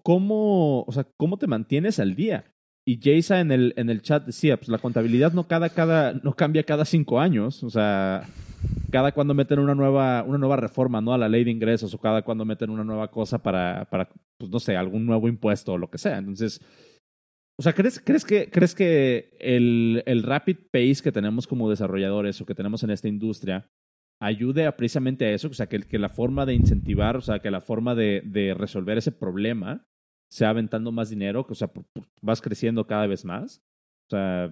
B: o sea, cómo te mantienes al día. Y Jaysa en el chat decía, pues la contabilidad no cambia cada 5 años. O sea, cada cuando meten una nueva reforma, ¿no? A la ley de ingresos o cada cuando meten una nueva cosa para pues no sé, algún nuevo impuesto o lo que sea. Entonces, o sea, ¿crees que el rapid pace que tenemos como desarrolladores o que tenemos en esta industria ayude precisamente a eso? O sea, que la forma de incentivar, o sea, que la forma de resolver ese problema sea aventando más dinero, que, o sea, vas creciendo cada vez más. O sea,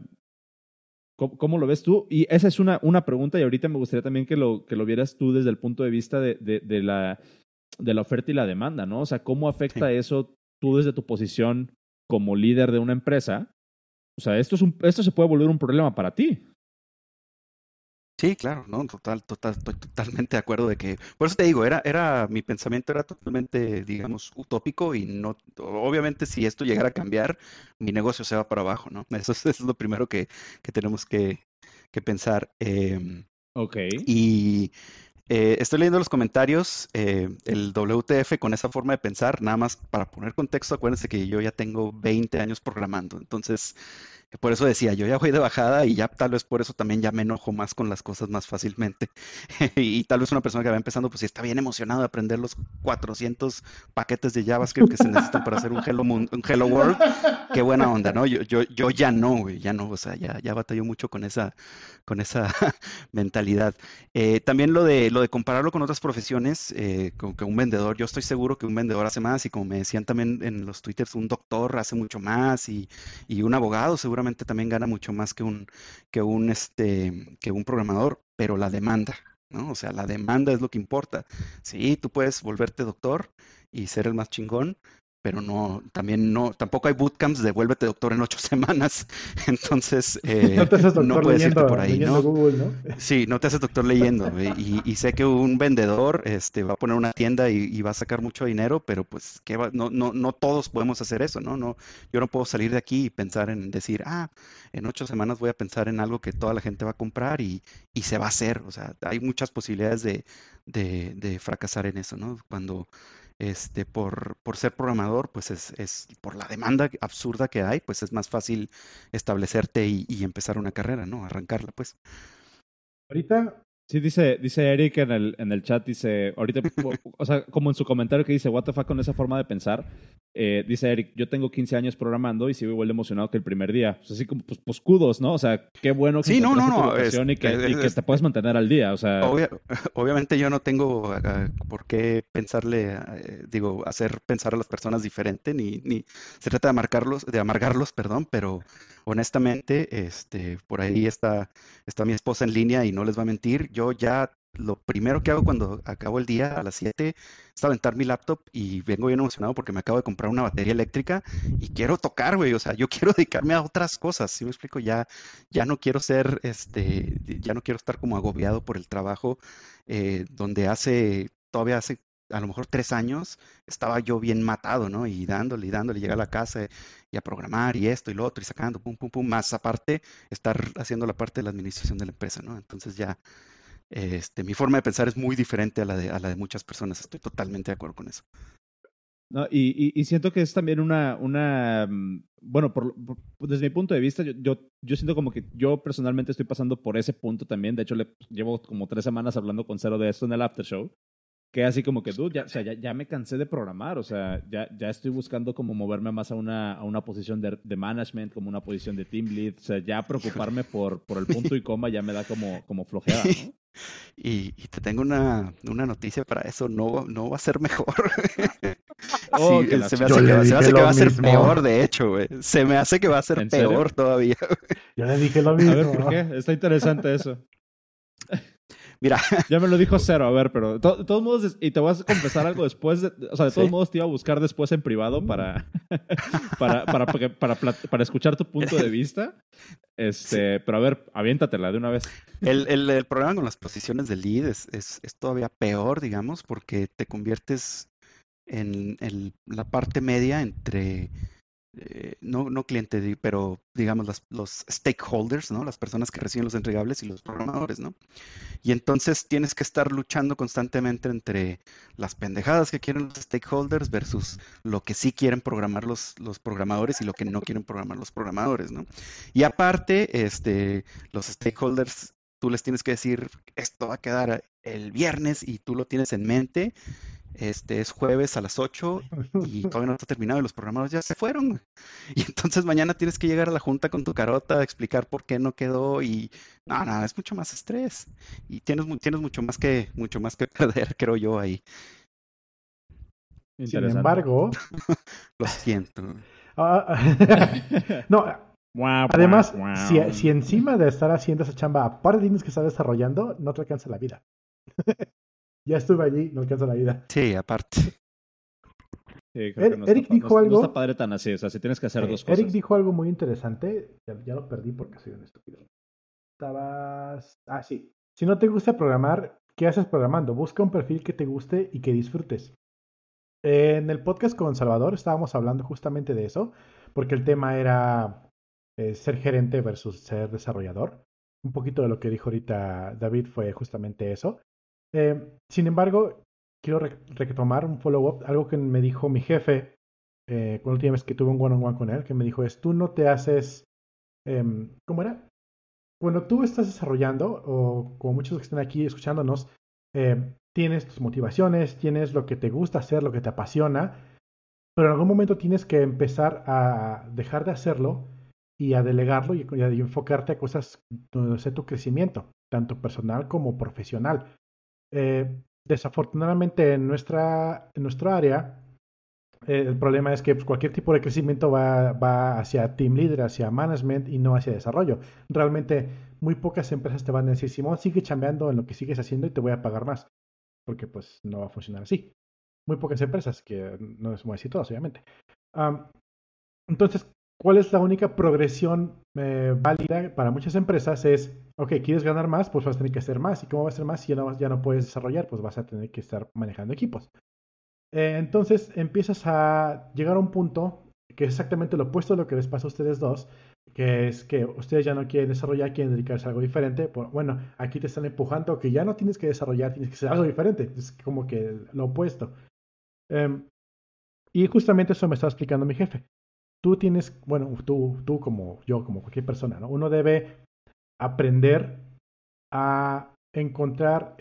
B: ¿cómo lo ves tú? Y esa es una pregunta y ahorita me gustaría también que lo vieras tú desde el punto de vista de la oferta y la demanda, ¿no? O sea, ¿cómo
C: Sí.
B: afecta eso tú desde tu posición como líder de una empresa? O sea, esto se puede volver un problema para ti.
C: Sí, claro, no, estoy totalmente de acuerdo de que, por eso te digo, mi pensamiento era totalmente, digamos, utópico y no, obviamente si esto llegara a cambiar, mi negocio se va para abajo, ¿no? Eso es lo primero que tenemos que pensar.
B: Ok.
C: Y estoy leyendo los comentarios, el WTF con esa forma de pensar, nada más para poner contexto, acuérdense que yo ya tengo 20 años programando, entonces que por eso decía, yo ya voy de bajada y ya tal vez por eso también ya me enojo más con las cosas más fácilmente. Y tal vez una persona que va empezando, pues sí está bien emocionado de aprender los 400 paquetes de JavaScript que se necesitan para hacer un Hello World. Qué buena onda, ¿no? Yo ya no, güey, ya no, o sea, ya batallo mucho con esa mentalidad. También lo de compararlo con otras profesiones, como que un vendedor, yo estoy seguro que un vendedor hace más y como me decían también en los twitters, un doctor hace mucho más y un abogado seguramente también gana mucho más que un programador, pero la demanda, ¿no? O sea, la demanda es lo que importa. Sí, tú puedes volverte doctor y ser el más chingón, pero no, también no, tampoco hay bootcamps de vuélvete doctor en 8 semanas, entonces
A: No te haces
C: no
A: doctor
C: puedes irte por
A: leyendo,
C: ahí,
A: leyendo
C: ¿no?
A: Google, ¿no?
C: Sí, no te haces doctor leyendo, güey, y sé que un vendedor va a poner una tienda y va a sacar mucho dinero, pero pues no todos podemos hacer eso, ¿no? No, yo no puedo salir de aquí y pensar en decir, en 8 semanas voy a pensar en algo que toda la gente va a comprar y se va a hacer. O sea, hay muchas posibilidades de fracasar en eso, ¿no? Cuando por ser programador, pues es por la demanda absurda que hay, pues es más fácil establecerte y empezar una carrera, ¿no? Arrancarla, pues.
A: Ahorita,
B: Sí, dice Eric en el chat, dice, ahorita, o sea, como en su comentario que dice, what the fuck con esa forma de pensar, dice Eric, yo tengo 15 años programando y sigo igual de emocionado que el primer día. O sea, así como, pues kudos, ¿no? O sea, qué bueno que
C: Sí, no, no,
B: encontraste tu
C: no,
B: vocación y que te puedes mantener al día. O sea,
C: obvia- obviamente yo no tengo por qué pensarle, hacer pensar a las personas diferente, ni se trata de amargarlos, perdón, pero honestamente, por ahí está mi esposa en línea y no les va a mentir, yo ya lo primero que hago cuando acabo el día a las 7 es aventar mi laptop y vengo bien emocionado porque me acabo de comprar una batería eléctrica y quiero tocar, güey, o sea, yo quiero dedicarme a otras cosas, ¿sí me explico? Ya no quiero ya no quiero estar como agobiado por el trabajo, donde todavía hace a lo mejor 3 años estaba yo bien matado, ¿no? Y dándole, llegar a la casa y a programar y esto y lo otro y sacando, pum, pum, pum, más aparte, estar haciendo la parte de la administración de la empresa, ¿no? Entonces ya, mi forma de pensar es muy diferente a la de muchas personas, estoy totalmente de acuerdo con eso.
B: no, y siento que es también bueno, desde mi punto de vista, yo siento como que yo personalmente estoy pasando por ese punto también. De hecho, llevo como 3 semanas hablando con Cero de esto en el after show. Que así como que, dude, o sea, ya me cansé de programar, o sea, ya estoy buscando como moverme más a una posición de management, como una posición de team lead, o sea, ya
C: Híjole.
B: preocuparme por el punto y coma ya me da como flojera, ¿no?
C: Y te tengo una noticia para eso, no va a ser mejor.
B: Oh,
C: Sí,
B: que la
C: se me
A: yo
C: hace
A: le
C: que, se me
A: dije
C: hace que
A: lo
C: va a ser
A: mismo.
C: peor, de hecho, güey. Se me hace que va a ser
B: ¿En serio?
C: peor todavía.
A: Yo le dije lo
B: A ver, ¿por qué?
A: mismo.
B: Está interesante eso.
C: Mira,
B: Ya me lo dijo Cero, a ver, pero de todos modos, y te voy a confesar algo después, o sea, de todos
C: sí.
B: modos te iba a buscar después en privado para, para escuchar tu punto de vista,
C: Sí.
B: pero a ver, aviéntatela de una vez.
C: El problema con las posiciones de lead es todavía peor, digamos, porque te conviertes en la parte media entre no cliente, pero digamos los stakeholders, ¿no? Las personas que reciben los entregables y los programadores, ¿no? Y entonces tienes que estar luchando constantemente entre las pendejadas que quieren los stakeholders versus lo que sí quieren programar los programadores y lo que no quieren programar los programadores, ¿no? Y aparte, los stakeholders, tú les tienes que decir, esto va a quedar el viernes y tú lo tienes en mente, es jueves a las 8 y todavía no está terminado y los programadores ya se fueron, güey. Y entonces mañana tienes que llegar a la junta con tu carota, explicar por qué no quedó y no, es mucho más estrés y tienes mucho más que perder, creo yo ahí.
A: Sin
B: Interesante.
A: embargo,
C: Lo siento.
A: ah, no,
B: Guau, guau,
A: además, si
B: guau.
A: encima de estar haciendo esa chamba, aparte tienes que estar desarrollando, no te alcanza la vida. Ya estuve allí, no alcanza la vida.
C: Sí, aparte.
B: Sí, creo que
A: Eric dijo
B: no está
A: algo,
B: padre tan así, o sea, si tienes que hacer dos
A: Eric
B: cosas.
A: dijo algo muy interesante, ya lo perdí porque soy un estúpido. Sí. Si no te gusta programar, ¿qué haces programando? Busca un perfil que te guste y que disfrutes. En el podcast con Salvador estábamos hablando justamente de eso, porque el tema era ser gerente versus ser desarrollador. Un poquito de lo que dijo ahorita David fue justamente eso. Sin embargo, quiero retomar un follow-up, algo que me dijo mi jefe con la última vez que tuve un one-on-one con él, que me dijo es, tú no te haces ¿Cómo era? Cuando tú estás desarrollando, o como muchos que están aquí escuchándonos, tienes tus motivaciones, tienes lo que te gusta hacer, lo que te apasiona, pero en algún momento tienes que empezar a dejar de hacerlo y a delegarlo y enfocarte a cosas donde sea tu crecimiento, tanto personal como profesional. Desafortunadamente en nuestra área, el problema es que pues, cualquier tipo de crecimiento va hacia team leader, hacia management y no hacia desarrollo. Realmente muy pocas empresas te van a decir, Simón, sigue chambeando en lo que sigues haciendo y te voy a pagar más, porque pues no va a funcionar así. Muy pocas empresas, que no es muy así todas, obviamente. Um, entonces, ¿cuál es la única progresión válida para muchas empresas? Es, ok, ¿quieres ganar más? Pues vas a tener que hacer más. ¿Y cómo vas a hacer más si ya no puedes desarrollar? Pues vas a tener que estar manejando equipos. Entonces empiezas a llegar a un punto que es exactamente lo opuesto a lo que les pasa a ustedes dos, que es que ustedes ya no quieren desarrollar, quieren dedicarse a algo diferente. Bueno, aquí te están empujando que ya no tienes que desarrollar, tienes que hacer algo diferente. Es como que lo opuesto. Um, y justamente eso me estaba explicando mi jefe. Tú tienes, bueno, tú como yo, como cualquier persona, ¿no? Uno debe aprender a encontrar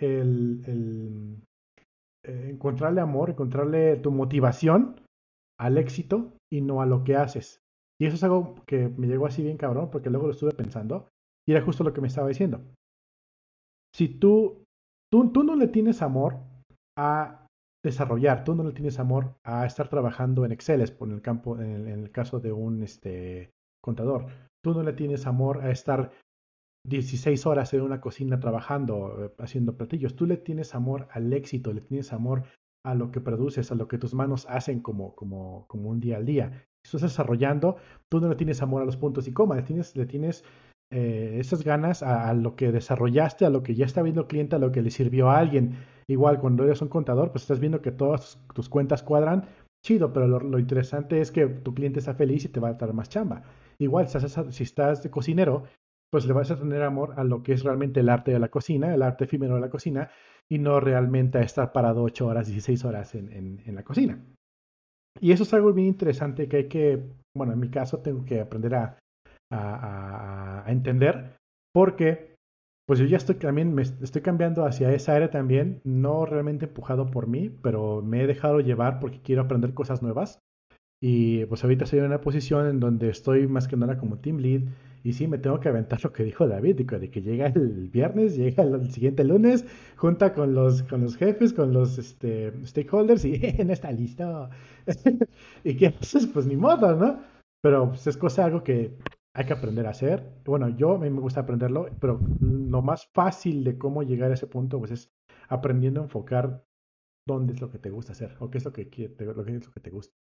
A: encontrarle amor, encontrarle tu motivación al éxito y no a lo que haces. Y eso es algo que me llegó así bien cabrón, porque luego lo estuve pensando y era justo lo que me estaba diciendo. Si tú no le tienes amor a desarrollar, tú no le tienes amor a estar trabajando en Excel, por el campo, en el caso de un contador, tú no le tienes amor a estar 16 horas en una cocina trabajando, haciendo platillos. Tú le tienes amor al éxito, le tienes amor a lo que produces, a lo que tus manos hacen como un día al día. Si estás desarrollando, tú no le tienes amor a los puntos y comas, le tienes esas ganas a lo que desarrollaste, a lo que ya está viendo el cliente, a lo que le sirvió a alguien. Igual, cuando eres un contador, pues estás viendo que todas tus cuentas cuadran, chido, pero lo interesante es que tu cliente está feliz y te va a dar más chamba. Igual, si estás de cocinero, pues le vas a tener amor a lo que es realmente el arte de la cocina, el arte efímero de la cocina, y no realmente a estar parado 8 horas, 16 horas en la cocina. Y eso es algo bien interesante que hay que, bueno, en mi caso tengo que aprender a entender, porque pues yo ya estoy también, me estoy cambiando hacia esa área también, no realmente empujado por mí, pero me he dejado llevar porque quiero aprender cosas nuevas. Y pues ahorita estoy en una posición en donde estoy más que nada como team lead. Y sí, me tengo que aventar lo que dijo David, de que llega el viernes, llega el siguiente lunes, junta con los jefes, con los stakeholders y no está listo. ¿Y qué haces? Pues ni modo, ¿no? Pero pues, es cosa algo que hay que aprender a hacer. Bueno, a mí me gusta aprenderlo, pero lo más fácil de cómo llegar a ese punto pues es aprendiendo a enfocar dónde es lo que te gusta hacer o qué es lo que, lo que es lo que te gusta.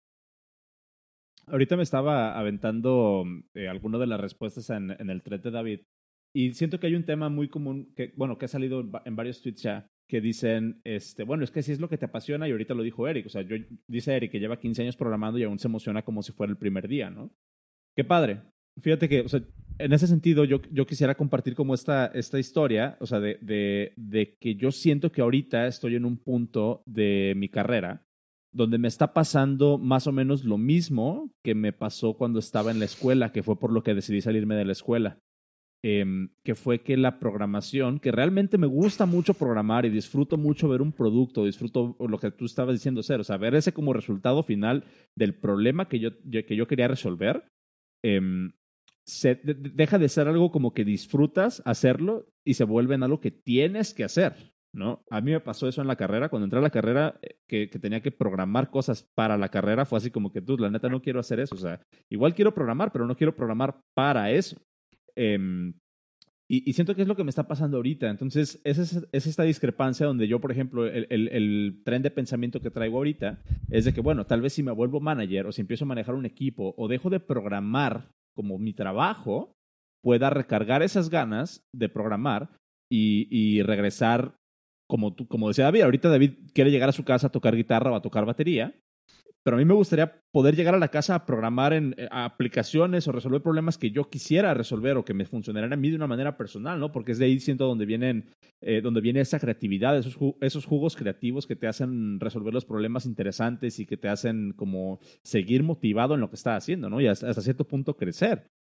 B: Ahorita me estaba aventando alguna de las respuestas en el thread de David y siento que hay un tema muy común que, bueno, que ha salido en varios tweets ya que dicen, bueno, es que si es lo que te apasiona y ahorita lo dijo Eric, o sea, dice Eric que lleva 15 años programando y aún se emociona como si fuera el primer día, ¿no? Qué padre. Fíjate que, o sea, en ese sentido yo quisiera compartir como esta historia, o sea, de que yo siento que ahorita estoy en un punto de mi carrera donde me está pasando más o menos lo mismo que me pasó cuando estaba en la escuela, que fue por lo que decidí salirme de la escuela. Que fue que la programación, que realmente me gusta mucho programar y disfruto mucho ver un producto, disfruto lo que tú estabas diciendo, ser, o sea, ver ese como resultado final del problema que yo quería resolver, eh, deja de ser algo como que disfrutas hacerlo y se vuelve en algo que tienes que hacer, ¿no? A mí me pasó eso en la carrera. Cuando entré a la carrera, que tenía que programar cosas para la carrera, fue así como que tú, la neta, no quiero hacer eso. O sea, igual quiero programar, pero no quiero programar para eso. Eh, y siento que es lo que me está pasando ahorita. Entonces, es esta discrepancia donde yo, por ejemplo, el tren de pensamiento que traigo ahorita es de que, bueno, tal vez si me vuelvo manager o si empiezo a manejar un equipo o dejo de programar como mi trabajo, pueda recargar esas ganas de programar y regresar, como decía David, ahorita David quiere llegar a su casa a tocar guitarra o a tocar batería, pero a mí me gustaría poder llegar a la casa a programar en aplicaciones o resolver problemas que yo quisiera resolver o que me funcionaran a mí de una manera personal, ¿no? Porque es de ahí siento donde viene esa creatividad, esos jugos creativos que te hacen resolver los problemas interesantes y que te hacen como seguir motivado en lo que estás haciendo, ¿no? Y hasta cierto punto crecer.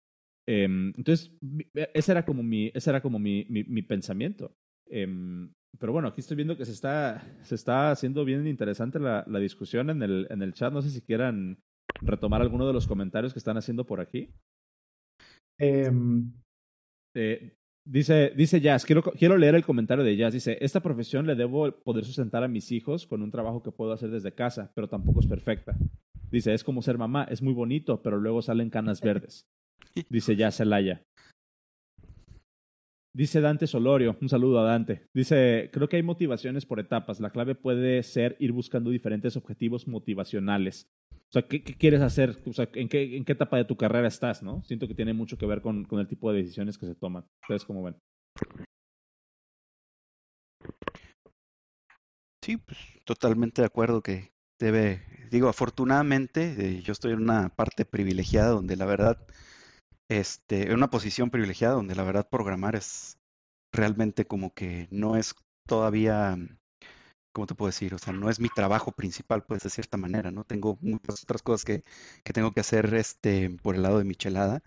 B: Entonces, ese era como mi pensamiento. Pero bueno, aquí estoy viendo que se está haciendo bien interesante la discusión en el chat. No sé si quieran retomar alguno de los comentarios que están haciendo por aquí.
A: Em,
B: Dice Jazz, quiero leer el comentario de Jazz. Dice, esta profesión le debo poder sustentar a mis hijos con un trabajo que puedo hacer desde casa, pero tampoco es perfecta. Dice, es como ser mamá, es muy bonito, pero luego salen canas verdes. Dice Jazz Celaya. Dice Dante Solorio, un saludo a Dante. Dice, creo que hay motivaciones por etapas. La clave puede ser ir buscando diferentes objetivos motivacionales. O sea, ¿qué quieres hacer? O sea, ¿en qué etapa de tu carrera estás, no? Siento que tiene mucho que ver con el tipo de decisiones que se toman. ¿Ustedes cómo ven?
C: Sí, pues totalmente de acuerdo que digo, afortunadamente, yo estoy en una parte privilegiada donde la verdad, en una posición privilegiada donde la verdad programar es realmente como que no es todavía, ¿cómo te puedo decir? O sea, no es mi trabajo principal, pues de cierta manera, ¿no? Tengo muchas otras cosas que tengo que hacer, por el lado de Michelada,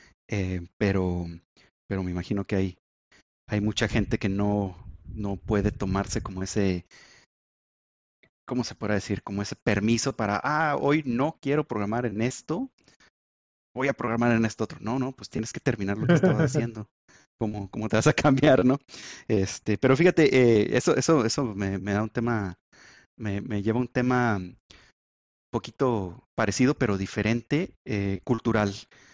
C: pero me imagino que hay mucha gente que no puede tomarse como ese, ¿cómo se puede decir? Como ese permiso para, hoy no quiero programar en esto, voy a programar en esto otro. No, no, pues tienes que terminar lo que estabas haciendo. ¿Cómo te vas a cambiar, no? Pero fíjate, eso me da un tema, me lleva a un tema un poquito parecido, pero diferente, cultural,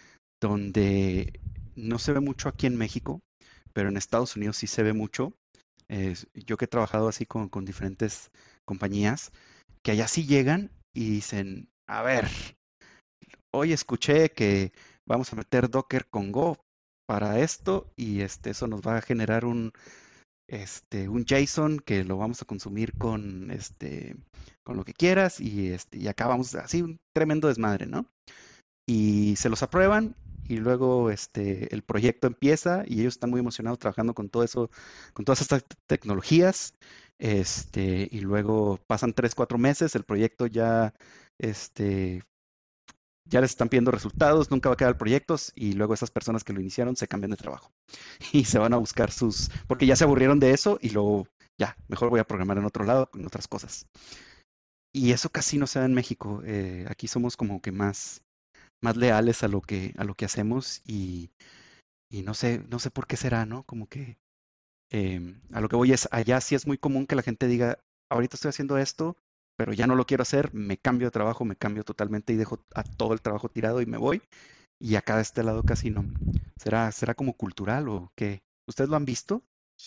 C: donde no se ve mucho aquí en México, pero en Estados Unidos sí se ve mucho. Yo que he trabajado así con diferentes compañías, que allá sí llegan y dicen, a ver, hoy escuché que vamos a meter Docker con Go para esto y eso nos va a generar un JSON que lo vamos a consumir con lo que quieras y acá vamos así un tremendo desmadre, ¿no? Y se los aprueban y luego el proyecto empieza y ellos están muy emocionados trabajando con todo eso, con todas estas tecnologías. Y luego pasan 3, 4 meses, el proyecto este, ya les están pidiendo resultados, nunca va a quedar proyectos y luego esas personas que lo iniciaron se cambian de trabajo y se van a buscar porque ya se aburrieron de eso y luego ya, mejor voy a programar en otro lado con otras cosas. Y eso casi no se da en México. Aquí somos como que más leales a lo que hacemos y no sé por qué será, ¿no? Como que a lo que voy es, allá sí es muy común que la gente diga, ahorita estoy haciendo esto, pero ya no lo quiero hacer, me cambio de trabajo, me cambio totalmente y dejo a todo el trabajo tirado y me voy. Y acá de este lado casi no. ¿Será como cultural o qué? ¿Ustedes lo han visto?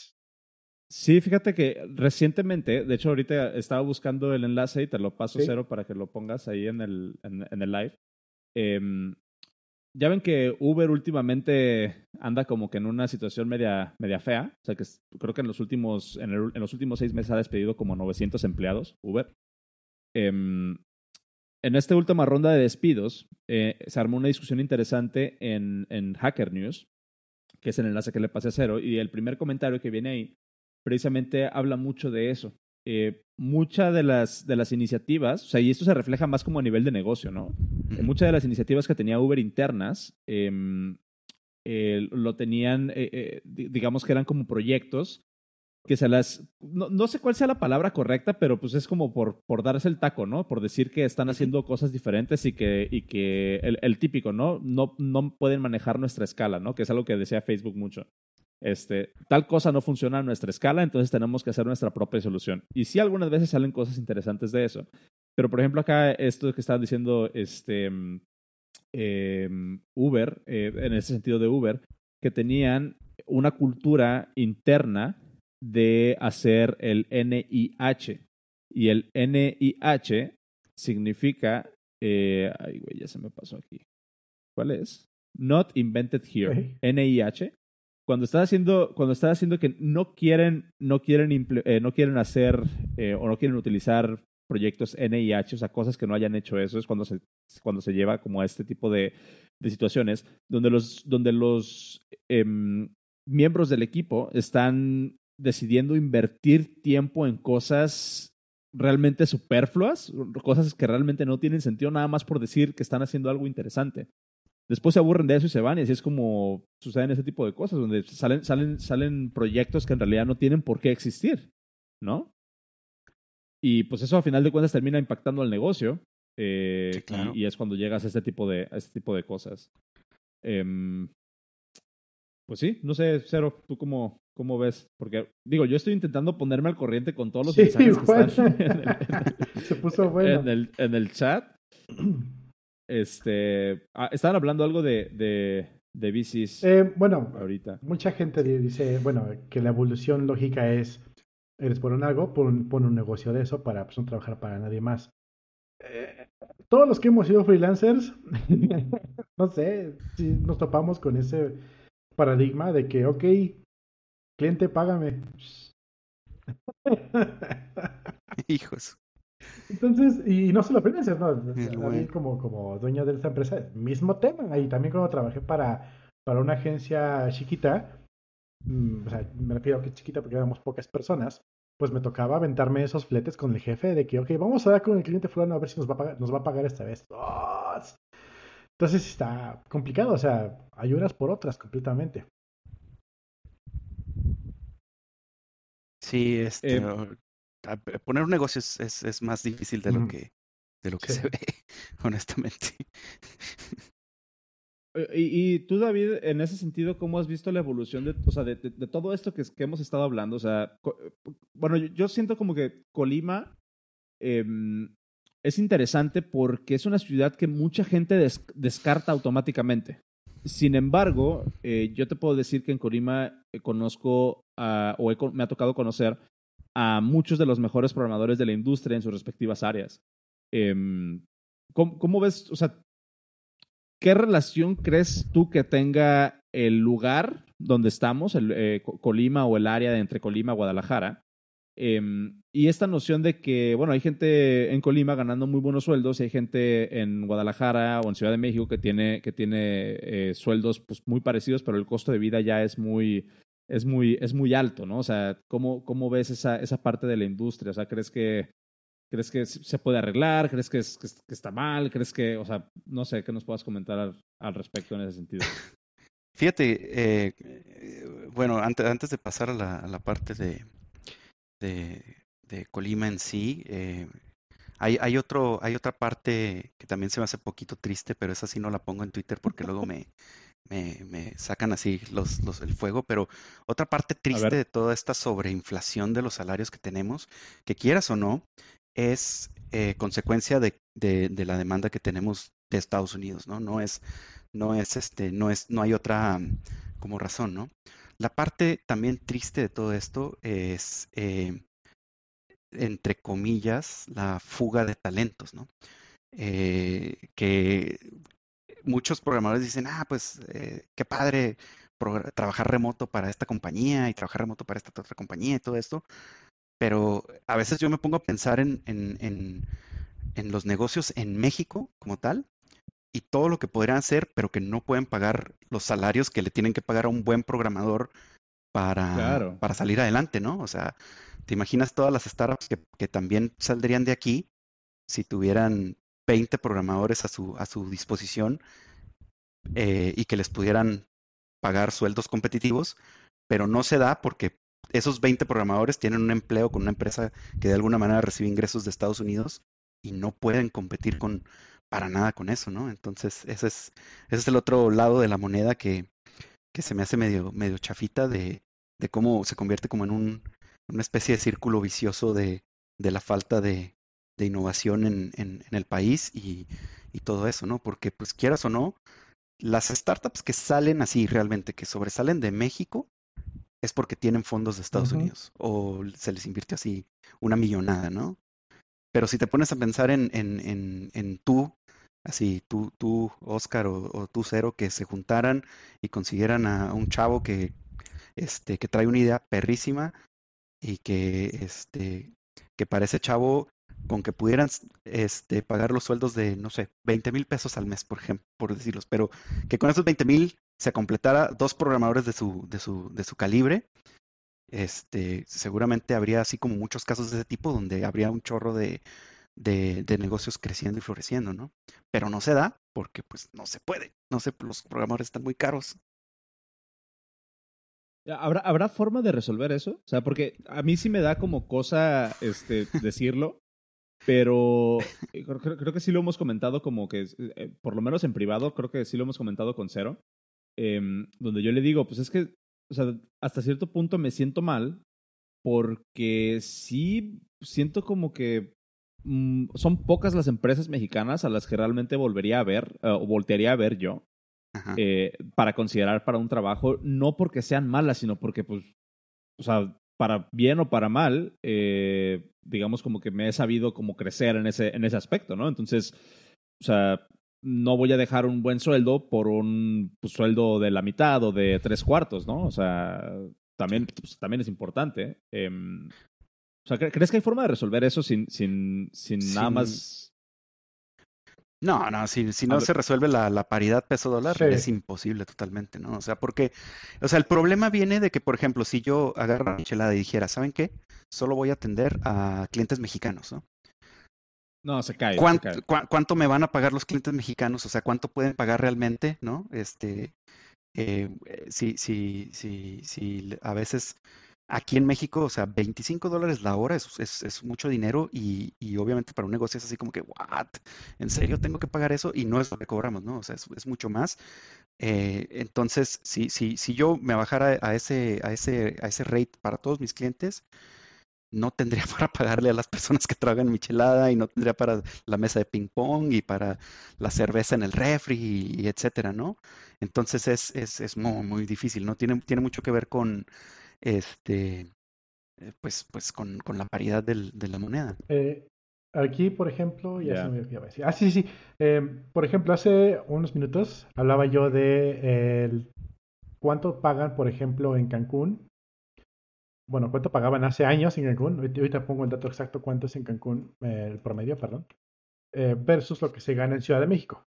B: Sí, fíjate que recientemente, de hecho ahorita estaba buscando el enlace y te lo paso
A: sí.
B: cero para que lo pongas ahí en el live. Em, Ya ven que Uber últimamente anda como que en una situación media fea. O sea que creo que en los últimos 6 meses ha despedido como 900 empleados, Uber. Em, en esta última ronda de despidos, se armó una discusión interesante en Hacker News, que es el enlace que le pasé a Cero, y el primer comentario que viene ahí precisamente habla mucho de eso. Muchas de las iniciativas, o sea, y esto se refleja más como a nivel de negocio, ¿no? Muchas de las iniciativas que tenía Uber internas lo tenían, digamos que eran como proyectos que no sé cuál sea la palabra correcta, pero pues es como por darse el taco, ¿no? Por decir que están haciendo cosas diferentes y que el típico, ¿no? No pueden manejar nuestra escala, ¿no? Que es algo que decía Facebook mucho. Tal cosa no funciona a nuestra escala, entonces tenemos que hacer nuestra propia solución. Y sí, algunas veces salen cosas interesantes de eso. Pero, por ejemplo, acá esto que estaban diciendo Uber, en ese sentido de Uber, que tenían una cultura interna de hacer el NIH. Y el NIH significa, ay, güey, ya se me pasó aquí. ¿Cuál es? Not Invented Here.
A: Okay.
B: NIH. Cuando está haciendo que no quieren hacer o no quieren utilizar proyectos NIH, o sea, cosas que no hayan hecho eso, es cuando se lleva como a este tipo de situaciones donde los miembros del equipo están decidiendo invertir tiempo en cosas realmente superfluas, cosas que realmente no tienen sentido nada más por decir que están haciendo algo interesante. después se aburren de eso y se van, y así es como suceden ese tipo de cosas, donde salen proyectos que en realidad no tienen por qué existir, ¿no? Y pues eso a final de cuentas termina impactando al negocio,
C: Sí, claro.
B: y es cuando llegas a este tipo de cosas. Em, pues sí, no sé, Cero, ¿tú cómo ves? Porque, digo, yo estoy intentando ponerme al corriente con todos los
A: Sí,
B: mensajes que están
A: igual. Se puso bueno.
B: en el chat. Estaban hablando algo de VCs
A: Bueno,
B: ahorita.
A: mucha gente dice, bueno, que la evolución lógica es, eres por un algo, pon un negocio de eso para pues, no trabajar para nadie más. Eh, todos los que hemos sido freelancers, no sé, si nos topamos con ese paradigma de que, ok, cliente, págame.
C: Hijos,
A: Entonces, y no solo freelancers, no,
C: el
A: a mí
C: buen.
A: como dueño de esta empresa, mismo tema. Y también cuando trabajé para una agencia chiquita, o sea, me refiero a que chiquita porque éramos pocas personas, pues me tocaba aventarme esos fletes con el jefe de que, ok, vamos a dar con el cliente fulano a ver si nos va a pagar esta vez. ¡Oh! Entonces está complicado, o sea, hay unas por otras completamente.
C: Sí,
B: Eh,
C: poner un negocio es más difícil
A: Ujú.
C: de lo que
A: Sí.
C: se ve, honestamente.
B: y tú, David, en ese sentido, ¿cómo has visto la evolución o sea, de todo esto que hemos estado hablando? O sea, bueno, yo siento como que Colima em, es interesante porque es una ciudad que mucha gente descarta automáticamente. Sin embargo, yo te puedo decir que en Colima conozco me ha tocado conocer a muchos de los mejores programadores de la industria en sus respectivas áreas. Em, ¿Cómo ves? O sea, ¿qué relación crees tú que tenga el lugar donde estamos, Colima o el área de entre Colima y Guadalajara? Y esta noción de que, bueno, hay gente en Colima ganando muy buenos sueldos y hay gente en Guadalajara o en Ciudad de México que tiene sueldos pues, muy parecidos, pero el costo de vida ya es muy alto, ¿no? O sea, ¿cómo ves esa parte de la industria? O sea, ¿crees que se puede arreglar? ¿Crees que está mal? ¿Crees que, o sea, no sé, qué nos puedas comentar al respecto en ese sentido?
C: Fíjate, bueno, antes de pasar a a la parte de Colima en sí, hay otra parte que también se me hace poquito triste, pero esa sí no la pongo en Twitter porque luego me sacan así el fuego, pero otra parte
B: A
C: triste de
B: ver,
C: toda esta sobreinflación de los salarios que tenemos, que quieras o no, es consecuencia de la demanda que tenemos de Estados Unidos, ¿no? No hay otra como razón, ¿no? La parte también triste de todo esto es, entre comillas, la fuga de talentos, ¿no? Que muchos programadores dicen, pues qué padre trabajar remoto para esta compañía y trabajar remoto para esta otra compañía y todo esto, pero a veces yo me pongo a pensar en los negocios en México como tal y todo lo que podrían hacer, pero que no pueden pagar los salarios que le tienen que pagar a un buen programador
B: claro.
C: para salir adelante, ¿no? O sea, te imaginas todas las startups que también saldrían de aquí si tuvieran 20 programadores a su disposición, y que les pudieran pagar sueldos competitivos, pero no se da porque esos 20 programadores tienen un empleo con una empresa que de alguna manera recibe ingresos de Estados Unidos y no pueden competir para nada con eso, ¿no? Entonces, ese es el otro lado de la moneda que se me hace medio chafita de cómo se convierte como en una especie de círculo vicioso de la falta de innovación en el país y todo eso, ¿no? Porque pues quieras o no, las startups que salen así realmente, que sobresalen de México, es porque tienen fondos de Estados
A: Ujú.
C: Unidos o se les invierte así una millonada, ¿no? Pero si te pones a pensar en tú, así, Oscar, o tú, Cero, que se juntaran y consiguieran a un chavo que trae una idea perrísima y que para ese chavo, con que pudieran pagar los sueldos de, no sé, 20,000 pesos al mes, por ejemplo, por decirlos, pero que con esos 20,000 se completara dos programadores de su calibre, seguramente habría así como muchos casos de ese tipo donde habría un chorro de negocios creciendo y floreciendo, ¿no? Pero no se da porque pues no se puede. No sé, los programadores están muy caros.
B: ¿Habrá forma de resolver eso? O sea, porque a mí sí me da como cosa decirlo, pero creo que sí lo hemos comentado como que, por lo menos en privado, creo que sí lo hemos comentado con Cero, donde yo le digo, pues es que, o sea, hasta cierto punto me siento mal porque sí siento como que son pocas las empresas mexicanas a las que realmente volvería a ver o voltearía a ver yo
C: Ajá.
B: para considerar para un trabajo, no porque sean malas, sino porque, pues, o sea, para bien o para mal, digamos como que me he sabido como crecer en ese aspecto, ¿no? Entonces, o sea, no voy a dejar un buen sueldo por un pues, sueldo de la mitad o de tres cuartos, ¿no? O sea, también, pues, también es importante. O sea, ¿crees que hay forma de resolver eso sin nada
C: Sin,
B: más...
C: no, si no
B: habl-
C: se resuelve la paridad peso-dólar, es
A: Sí.
C: imposible totalmente, ¿no? O sea, porque, o sea, el problema viene de que, por ejemplo, si yo agarro a Michelada y dijera, ¿saben qué? Solo voy a atender a clientes mexicanos, ¿no?
B: No, se cae, se cae.
C: ¿Cuánto me van a pagar los clientes mexicanos? O sea, ¿cuánto pueden pagar realmente, ¿no? Si a veces aquí en México, o sea, $25 la hora es mucho dinero y obviamente para un negocio es así como que, ¿what? ¿En serio tengo que pagar eso? Y no es lo que cobramos, ¿no? O sea, es mucho más. Entonces, si yo me bajara a ese rate para todos mis clientes, no tendría para pagarle a las personas que tragan michelada y no tendría para la mesa de ping pong y para la cerveza en el refri y etcétera, ¿no? Entonces es muy, muy difícil, ¿no? Tiene mucho que ver con este, pues con la paridad de la moneda.
A: Eh, Aquí, por ejemplo, ya se
B: Ya.
A: me olvidó qué iba a decir. Ah, sí, sí. Por ejemplo, hace unos minutos hablaba yo de cuánto pagan, por ejemplo, en Cancún. Bueno, cuánto pagaban hace años en Cancún. Ahorita pongo el dato exacto cuánto es en Cancún, el promedio, perdón, versus lo que se gana en Ciudad de México.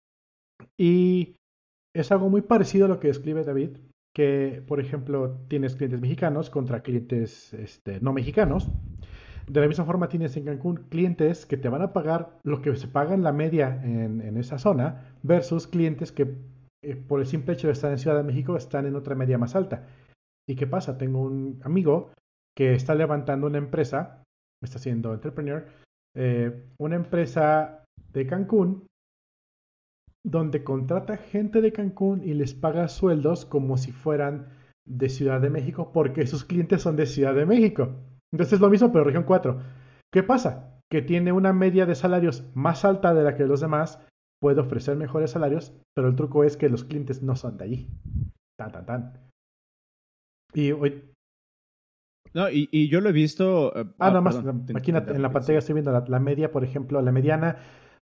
A: Y es algo muy parecido a lo que describe David, que, por ejemplo, tienes clientes mexicanos contra clientes no mexicanos. De la misma forma tienes en Cancún clientes que te van a pagar lo que se paga en la media en esa zona versus clientes que por el simple hecho de estar en Ciudad de México están en otra media más alta. ¿Y qué pasa? Tengo un amigo que está levantando una empresa, está siendo entrepreneur, una empresa de Cancún donde contrata gente de Cancún y les paga sueldos como si fueran de Ciudad de México porque sus clientes son de Ciudad de México. Entonces es lo mismo, pero región 4. ¿Qué pasa? Que tiene una media de salarios más alta de la que los demás, puede ofrecer mejores salarios, pero el truco es que los clientes no son de allí. Tan, tan, tan. Y hoy,
B: No, y yo lo he visto...
A: nada más,
B: perdón,
A: aquí
B: te
A: en la
B: interrumpí,
A: pantalla
B: sí.
A: estoy viendo la media, por ejemplo, la mediana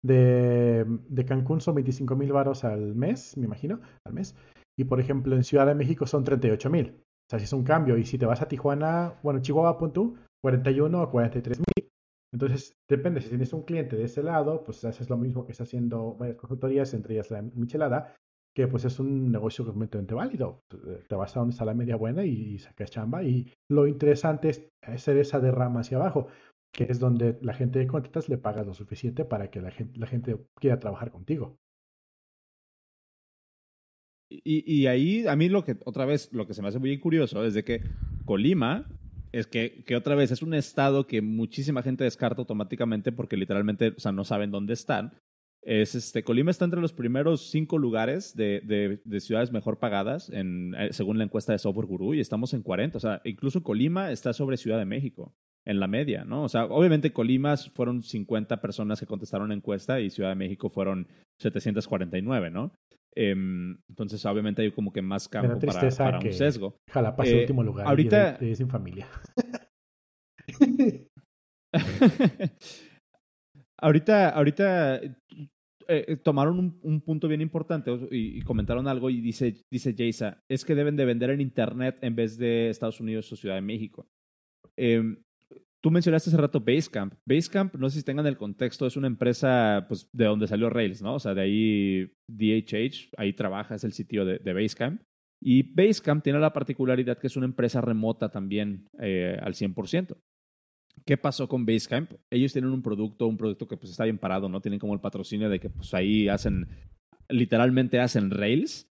A: de Cancún son 25,000 varos al mes, me imagino, al mes. Y por ejemplo, en Ciudad de México son 38,000. O sea, si es un cambio. Y si te vas a Tijuana, bueno, Chihuahua, pon tú, 41 o 43,000. Entonces, depende, si tienes un cliente de ese lado, pues haces lo mismo que está haciendo varias consultorías, entre ellas la Michelada, que pues es un negocio completamente válido. Te vas a donde está la media buena y sacas chamba. Y lo interesante es hacer esa derrama hacia abajo, que es donde la gente que contratas le pagas lo suficiente para que la gente quiera trabajar contigo.
B: Y ahí a mí otra vez, lo que se me hace muy curioso es de que Colima es que otra vez es un estado que muchísima gente descarta automáticamente porque literalmente, o sea, no saben dónde están. Colima está entre los primeros 5 lugares de ciudades mejor pagadas según la encuesta de Software Guru y estamos en 40. O sea, incluso Colima está sobre Ciudad de México en la media, ¿no? O sea, obviamente Colima fueron 50 personas que contestaron la encuesta y Ciudad de México fueron 749, ¿no? Entonces, obviamente hay como que más
A: Me da
B: campo
A: tristeza
B: para un
A: que
B: sesgo.
A: Jalapa es el último lugar y
B: Ahorita,
A: de sin familia.
B: ahorita tomaron un punto bien importante y comentaron algo y dice Jaysa, es que deben de vender en Internet en vez de Estados Unidos o Ciudad de México. Eh, Tú mencionaste hace rato Basecamp. Basecamp, no sé si tengan el contexto, es una empresa pues, de donde salió Rails, ¿no? O sea, de ahí DHH, ahí trabaja, es el sitio de Basecamp. Y Basecamp tiene la particularidad que es una empresa remota también al 100%. ¿Qué pasó con Basecamp? Ellos tienen un producto que pues está bien parado, ¿no? Tienen como el patrocinio de que pues ahí literalmente hacen Rails,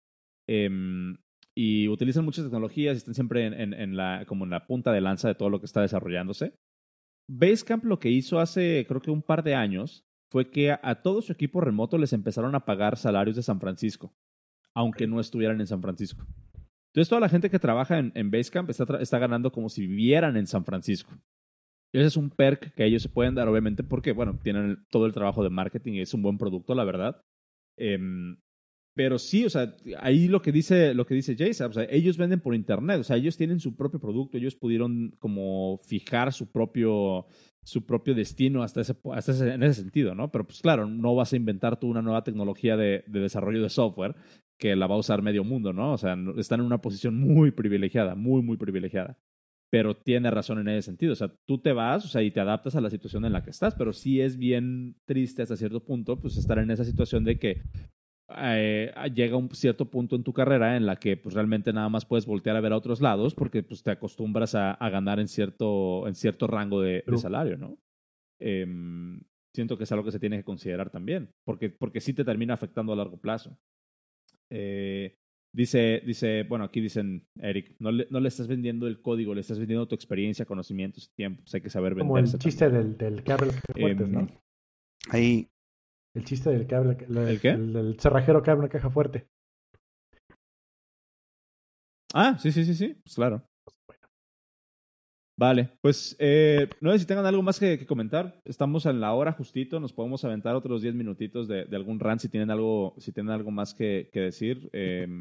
B: y utilizan muchas tecnologías y están siempre como en la punta de lanza de todo lo que está desarrollándose. Basecamp lo que hizo hace creo que un par de años fue que a todo su equipo remoto les empezaron a pagar salarios de San Francisco, aunque no estuvieran en San Francisco. Entonces toda la gente que trabaja en Basecamp está ganando como si vivieran en San Francisco. Ese es un perk que ellos se pueden dar, obviamente, porque, bueno, tienen todo el trabajo de marketing y es un buen producto, la verdad. Em, pero sí, o sea, ahí lo que dice Jason, o sea, ellos venden por internet, o sea, ellos tienen su propio producto, ellos pudieron como fijar su propio destino en ese sentido, ¿no? Pero pues claro, no vas a inventar tú una nueva tecnología de desarrollo de software que la va a usar medio mundo, ¿no? O sea, están en una posición muy privilegiada, muy, muy privilegiada. Pero tiene razón en ese sentido. O sea, tú te vas, o sea, y te adaptas a la situación en la que estás, pero sí es bien triste hasta cierto punto, pues estar en esa situación de que llega un cierto punto en tu carrera en la que pues realmente nada más puedes voltear a ver a otros lados porque pues te acostumbras a ganar en cierto rango de salario, ¿no? Siento que es algo que se tiene que considerar también, porque sí te termina afectando a largo plazo. Bueno, aquí dicen, Eric, no le estás vendiendo el código, le estás vendiendo tu experiencia, conocimientos, tiempos. Hay que saber
A: Como el
B: venderse
A: chiste
B: también.
A: del que abre las cajas fuertes, ¿no?
C: Ahí,
A: El chiste del que abre,
B: ¿El qué?
A: el cerrajero que abre una caja fuerte.
B: Ah, sí, pues claro. Vale, pues no sé si tengan algo más que comentar. Estamos en la hora justito, nos podemos aventar otros 10 minutitos de algún rant si tienen algo más que decir.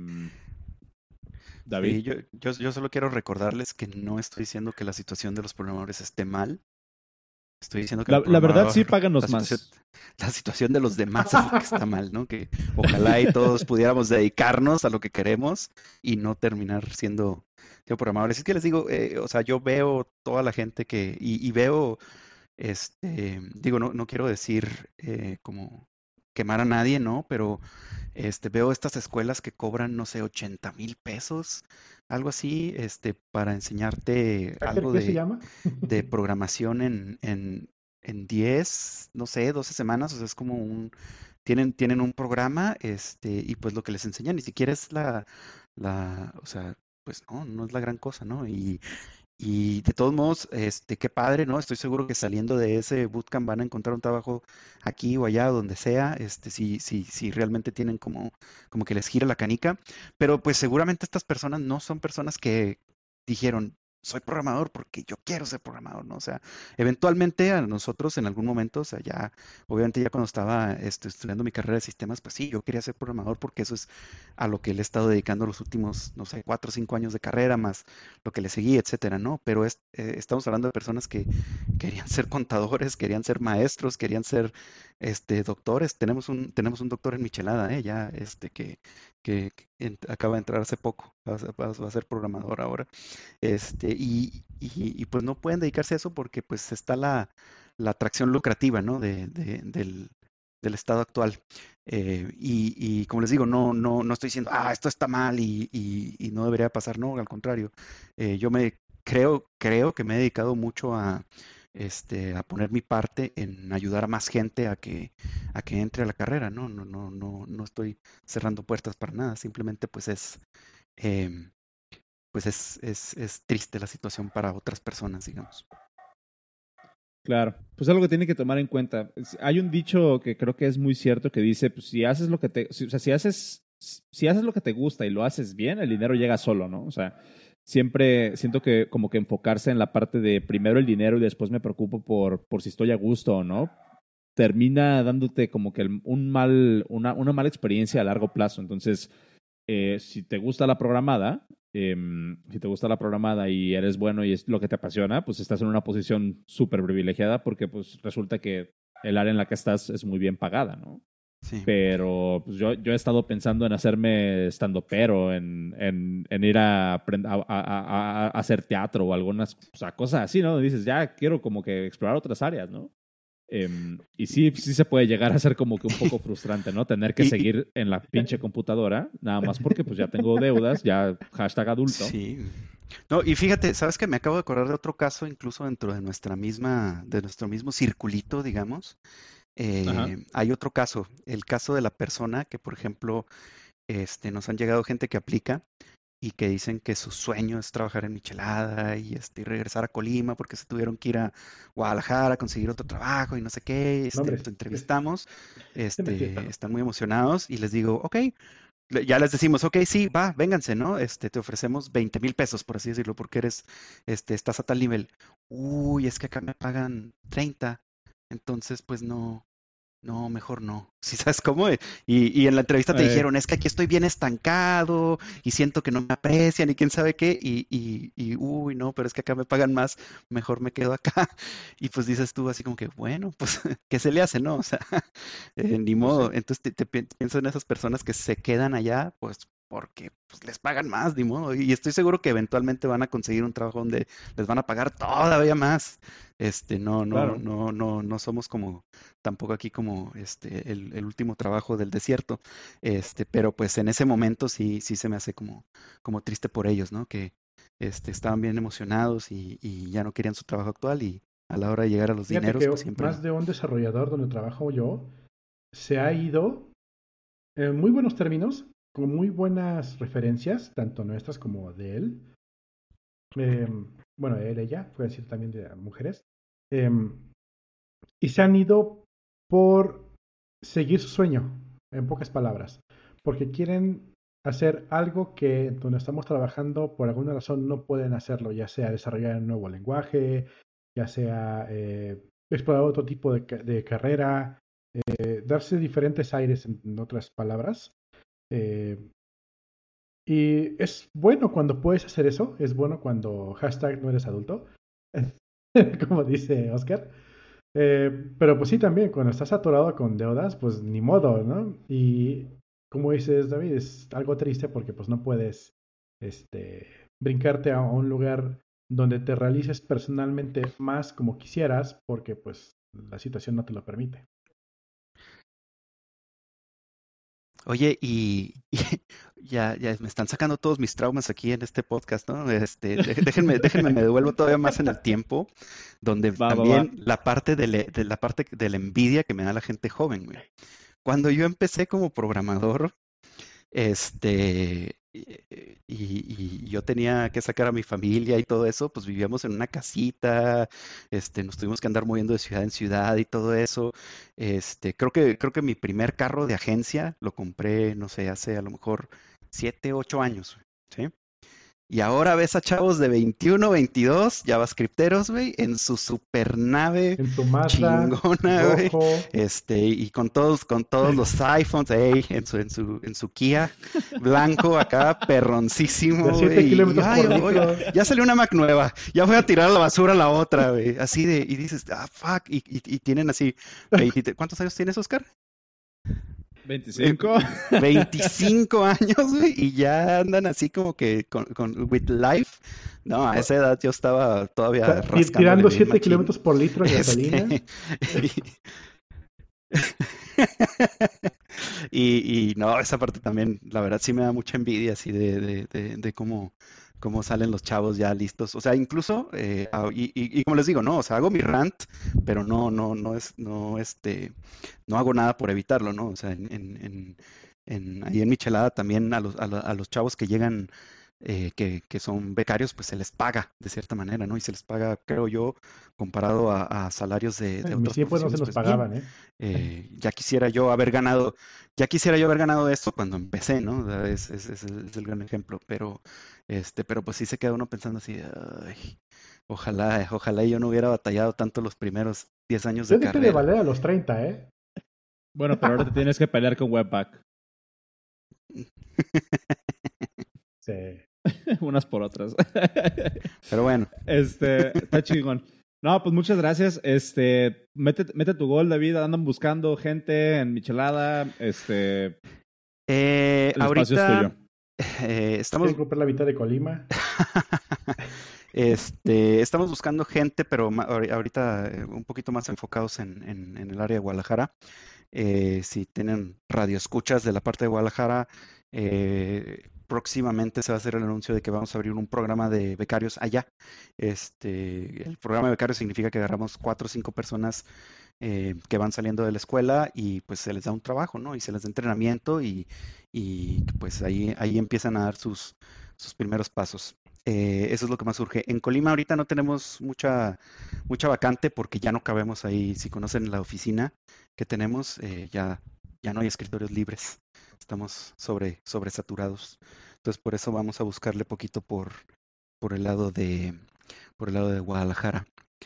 B: David.
C: sí, yo solo quiero recordarles que no estoy diciendo que la situación de los programadores esté mal. Estoy diciendo que el
B: La verdad sí,
C: programador,
B: páganos más.
C: la situación de los demás es lo que está mal, ¿no? Que ojalá y todos pudiéramos dedicarnos a lo que queremos y no terminar siendo programadores. Es que les digo, o sea, yo veo toda la gente y veo, digo, no quiero decir como quemar a nadie, ¿no? Pero veo estas escuelas que cobran, no sé, 80,000 pesos, algo así, para enseñarte
A: ¿Hacker
C: algo
A: qué se llama?
C: de programación en 10, no sé, 12 semanas, o sea, es como tienen un programa, y pues lo que les enseñan ni siquiera es o sea, pues no es la gran cosa, ¿no? Y de todos modos, qué padre, ¿no? Estoy seguro que saliendo de ese bootcamp van a encontrar un trabajo aquí o allá, donde sea, si realmente tienen como que les gira la canica. Pero pues seguramente estas personas no son personas que dijeron, soy programador porque yo quiero ser programador, ¿no? O sea, eventualmente a nosotros en algún momento, o sea, ya, obviamente ya cuando estaba estudiando mi carrera de sistemas, pues sí, yo quería ser programador porque eso es a lo que le he estado dedicando los últimos, no sé, 4 o 5 años de carrera, más lo que le seguía, etcétera, ¿no? Pero estamos hablando de personas que querían ser contadores, querían ser maestros, querían ser doctores. Tenemos un doctor en Michelada, ya que acaba de entrar hace poco, va a ser programador ahora. Y pues no pueden dedicarse a eso porque pues está la atracción lucrativa, ¿no? Del estado actual. Y como les digo, no estoy diciendo, esto está mal y no debería pasar, no, al contrario. Yo creo que me he dedicado mucho a poner mi parte en ayudar a más gente a que entre a la carrera, ¿no? No estoy cerrando puertas para nada, simplemente em, pues es triste la situación para otras personas, digamos.
B: Claro, pues algo que tiene que tomar en cuenta. Hay un dicho que creo que es muy cierto que dice, pues si haces lo que o sea, si haces lo que te gusta y lo haces bien, el dinero llega solo, ¿no? O sea, siempre siento que como que enfocarse en la parte de primero el dinero y después me preocupo por si estoy a gusto o no, termina dándote como que una mala experiencia a largo plazo. Entonces, si te gusta la programada y eres bueno y es lo que te apasiona, pues estás en una posición súper privilegiada porque pues resulta que el área en la que estás es muy bien pagada, ¿no?
C: Sí.
B: Pero pues yo he estado pensando en hacerme estandopero, en ir a hacer teatro o algunas, o sea, cosas así, ¿no? Dices, ya quiero como que explorar otras áreas, ¿no? Y sí se puede llegar a ser como que un poco frustrante, ¿no? Tener que seguir en la pinche computadora, nada más porque pues ya tengo deudas, ya hashtag adulto.
C: Sí. No, y fíjate, ¿sabes qué? Me acabo de acordar de otro caso, incluso dentro de de nuestro mismo circulito, digamos. Hay otro caso, el caso de la persona que, por ejemplo, nos han llegado gente que aplica y que dicen que su sueño es trabajar en Michelada y regresar a Colima porque se tuvieron que ir a Guadalajara a conseguir otro trabajo y no sé qué.
A: Nombres.
C: Los entrevistamos, están muy emocionados y les digo, ok, ya les decimos, ok, sí, va, vénganse, ¿no? Te ofrecemos 20,000 pesos, por así decirlo, porque estás a tal nivel. Uy, es que acá me pagan 30, entonces pues no. No, mejor no. ¿Sí sabes cómo? Y en la entrevista te dijeron, es que aquí estoy bien estancado y siento que no me aprecian y quién sabe qué. Uy, no, pero es que acá me pagan más, mejor me quedo acá. Y pues dices tú así como que, bueno, pues, ¿qué se le hace, no? O sea, ni modo. Entonces pienso en esas personas que se quedan allá, pues porque pues, les pagan más, ni modo. Y estoy seguro que eventualmente van a conseguir un trabajo donde les van a pagar todavía más.
B: Claro.
C: No somos como tampoco aquí como el último trabajo del desierto, pero pues en ese momento sí se me hace como triste por ellos, ¿no? Que estaban bien emocionados y ya no querían su trabajo actual y a la hora de llegar a los
A: Fíjate
C: dineros,
A: que
C: pues siempre
A: más
C: no.
A: de un desarrollador donde trabajo yo se ha ido en muy buenos términos, con muy buenas referencias, tanto nuestras como de él. Bueno, él, ella, puede decir también de mujeres. em, y se han ido por seguir su sueño, en pocas palabras, porque quieren hacer algo que donde estamos trabajando por alguna razón no pueden hacerlo, ya sea desarrollar un nuevo lenguaje, ya sea explorar otro tipo de carrera, darse diferentes aires, en otras palabras. Eh, y es bueno cuando puedes hacer eso, es bueno cuando hashtag no eres adulto, como dice Oscar. Pero pues sí, también, cuando estás atorado con deudas, pues ni modo, ¿no? Y como dices, David, es algo triste porque pues no puedes este, brincarte a un lugar donde te realices personalmente más como quisieras porque pues la situación no te lo permite.
C: Oye, y ya me están sacando todos mis traumas aquí en este podcast, ¿no? Déjenme, me devuelvo todavía más en el tiempo, donde
B: Va.
C: también la parte de la envidia que me da la gente joven, güey. Cuando yo empecé como programador, y yo tenía que sacar a mi familia y todo eso, pues vivíamos en una casita, nos tuvimos que andar moviendo de ciudad en ciudad y todo eso. Creo que mi primer carro de agencia lo compré, no sé, hace a lo mejor 7, 8 años, ¿sí? Y ahora ves a chavos de 21, 22, JavaScripteros, güey, en su super nave
A: En su Mazda
C: chingona, güey,
A: rojo
C: y con todos los iPhones, ey, en su Kia blanco acá,
A: de
C: perroncísimo,
A: 7
C: güey, y
A: kilómetros
C: ay,
A: por
C: oiga,
A: litro.
C: ya salió una Mac nueva, ya voy a tirar a la basura la otra, güey, así y dices, fuck, y tienen así, ¿cuántos años tienes, Oscar?
B: 25.
C: 25 años, güey, y ya andan así como que with life. No, a esa edad yo estaba todavía rascándole
A: Tirando
C: bien
A: 7
C: machín.
A: kilómetros por litro en gasolina.
C: Este, y no, esa parte también, la verdad sí me da mucha envidia así de cómo salen los chavos ya listos. O sea, incluso, y como les digo, no, o sea, hago mi rant, pero no hago nada por evitarlo, ¿no? O sea, ahí en Michelada también a los chavos que llegan, que son becarios, pues se les paga de cierta manera, ¿no? Y se les paga, creo yo, comparado a salarios de
A: En mis
C: otras
A: tiempos no se
C: profesiones,
A: nos
C: pues bien.
A: pagaban, ¿eh?
C: Ya quisiera yo haber ganado esto cuando empecé, ¿no? O sea, es el gran ejemplo, pero pues sí se queda uno pensando así, ay, ojalá yo no hubiera batallado tanto los primeros 10 años de
A: Yo dejé de
C: carrera.
A: valer a los 30, ¿eh?
B: Bueno, pero ahora te tienes que pelear con Webpack.
A: Sí.
B: Unas por otras.
C: Pero bueno,
B: Está chingón. No, pues muchas gracias. Mete tu gol, David. Andan buscando gente en Michelada. El espacio es tuyo.
C: ahorita estamos.
A: Quieren comprar la mitad de Colima.
C: Estamos buscando gente, pero ahorita un poquito más enfocados en el área de Guadalajara. Si tienen radioescuchas de la parte de Guadalajara, próximamente se va a hacer el anuncio de que vamos a abrir un programa de becarios allá. El programa de becarios significa que agarramos 4 o 5 personas que van saliendo de la escuela y pues se les da un trabajo, ¿no? Y se les da entrenamiento y pues ahí empiezan a dar sus primeros pasos. Eso es lo que más surge. En Colima ahorita no tenemos mucha vacante porque ya no cabemos ahí. Si conocen la oficina que tenemos, ya no hay escritorios libres. Estamos sobresaturados. Entonces por eso vamos a buscarle poquito por el lado por el lado de Guadalajara.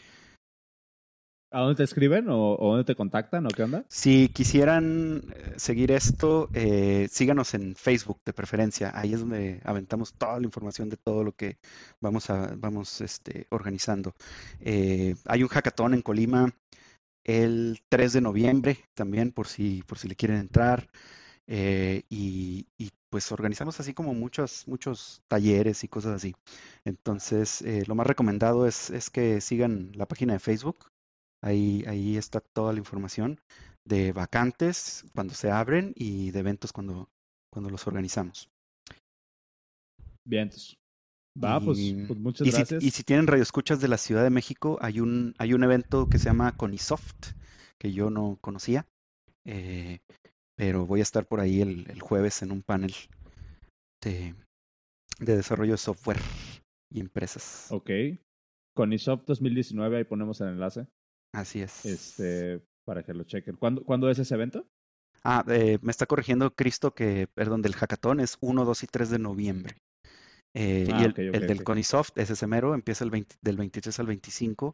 B: ¿A dónde te escriben o dónde te contactan o qué onda?
C: Si quisieran seguir esto, síganos en Facebook de preferencia. Ahí es donde aventamos toda la información de todo lo que vamos organizando. Hay un hackathon en Colima el 3 de noviembre también por si le quieren entrar. Y pues organizamos así como muchos talleres y cosas así. Entonces, lo más recomendado es que sigan la página de Facebook. Ahí está toda la información de vacantes cuando se abren y de eventos cuando los organizamos.
B: Bien, entonces. Va, pues muchas
C: Y
B: gracias.
C: si tienen radioescuchas de la Ciudad de México, hay un evento que se llama Conisoft, que yo no conocía, pero voy a estar por ahí el jueves en un panel de desarrollo de software y empresas.
B: Ok. Conisoft 2019, ahí ponemos el enlace.
C: Así es.
B: Para que lo chequen. ¿Cuándo es ese evento?
C: Me está corrigiendo Cristo que, perdón, del hackathon es 1, 2 y 3 de noviembre. Y el del Conisoft, ese mero, empieza del 23 al 25.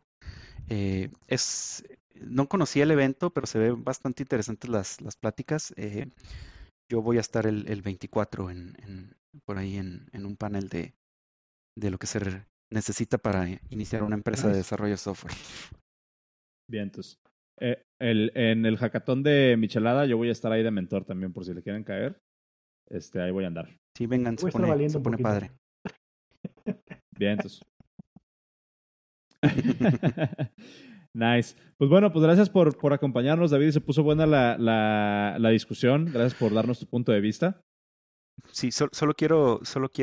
C: No conocía el evento, pero se ven bastante interesantes las pláticas. Yo voy a estar el 24 por ahí en un panel de lo que se necesita para iniciar una empresa de desarrollo de software.
B: Bien, entonces. En el hackathon de Michelada yo voy a estar ahí de mentor también por si le quieren caer. Ahí voy a andar.
C: Sí, vengan, se pone padre.
B: Bien, entonces. Nice. Pues bueno, pues gracias por acompañarnos, David. Se puso buena la discusión. Gracias por darnos tu punto de vista.
C: Sí, solo quiero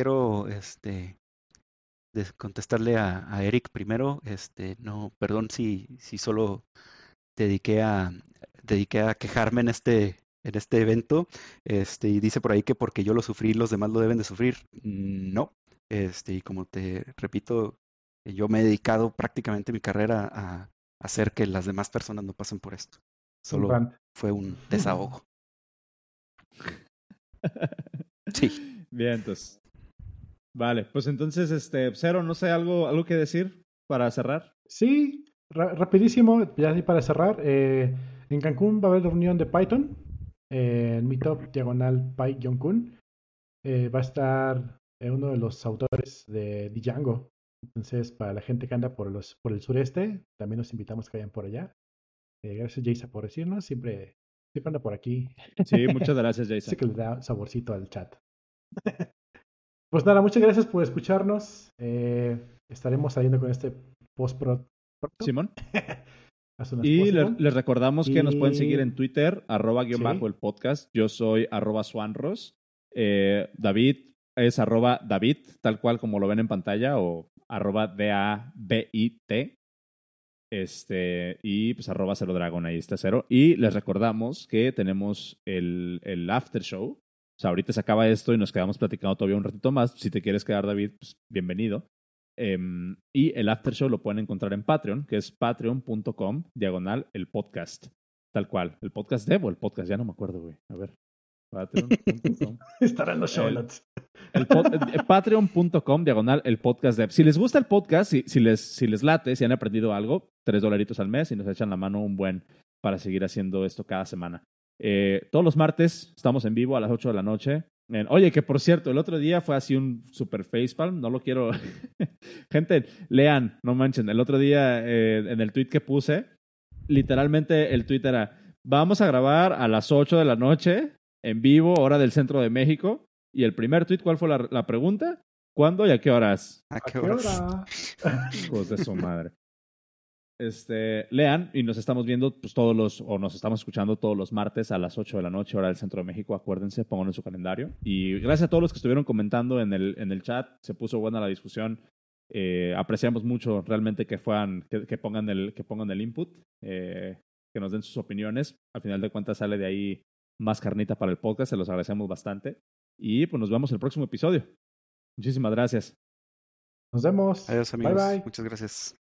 C: contestarle a Eric primero. No, perdón si solo dediqué a quejarme en este evento. Y dice por ahí que porque yo lo sufrí, los demás lo deben de sufrir. No. Y como te repito, yo me he dedicado prácticamente mi carrera a hacer que las demás personas no pasen por esto. Solo fue un desahogo. Sí.
B: Bien, entonces. Vale, pues entonces, Cero, no sé, ¿algo que decir para cerrar?
A: Sí, rapidísimo, ya así para cerrar. En Cancún va a haber reunión de Python. En Meetup diagonal PyJonkun. Va a estar uno de los autores de Django. Entonces, para la gente que anda por el sureste, también los invitamos a que vayan por allá. Gracias, Jason, por decirnos. Siempre anda por aquí.
B: Sí, muchas gracias, Jason.
A: Sé que le da saborcito al chat. Pues nada, muchas gracias por escucharnos. Estaremos saliendo con este post-pro.
B: Simón. Y les recordamos que nos pueden seguir en Twitter, @_ el podcast. Yo soy @Swanros. David es @David, tal cual como lo ven en pantalla, o @DABIT. Y pues @CeroDragon, ahí está Cero. Y les recordamos que tenemos el after show. O sea, ahorita se acaba esto y nos quedamos platicando todavía un ratito más. Si te quieres quedar, David, pues bienvenido. Y el after show lo pueden encontrar en Patreon, que es patreon.com/el podcast. Tal cual. ¿El podcast dev o el podcast? Ya no me acuerdo, güey. A ver. Patreon.com.
A: Estará en los show notes.
B: Patreon.com/el podcast dev. Si les gusta el podcast, si les late, si han aprendido algo, $3 al mes y nos echan la mano un buen para seguir haciendo esto cada semana. Todos los martes estamos en vivo a las 8 de la noche. Oye, que por cierto, el otro día fue así un super facepalm, no lo quiero. Gente, lean, no manchen. El otro día en el tweet que puse, literalmente el tweet era: vamos a grabar a las 8 de la noche en vivo, hora del centro de México. Y el primer tweet, ¿cuál fue la pregunta? ¿Cuándo y a qué horas?
C: ¿A
A: ¿A
C: qué
A: qué
C: horas?
A: hora?
B: Hijos de su madre. Lean y nos estamos viendo pues o nos estamos escuchando todos los martes a las 8 de la noche, hora del Centro de México. Acuérdense, pónganlo en su calendario. Y gracias a todos los que estuvieron comentando en el chat. Se puso buena la discusión. Apreciamos mucho realmente que pongan el input, que nos den sus opiniones. Al final de cuentas sale de ahí más carnita para el podcast. Se los agradecemos bastante. Y pues nos vemos el próximo episodio. Muchísimas gracias.
A: Nos vemos.
C: Adiós,
A: Bye
C: amigos.
A: bye.
C: Muchas gracias.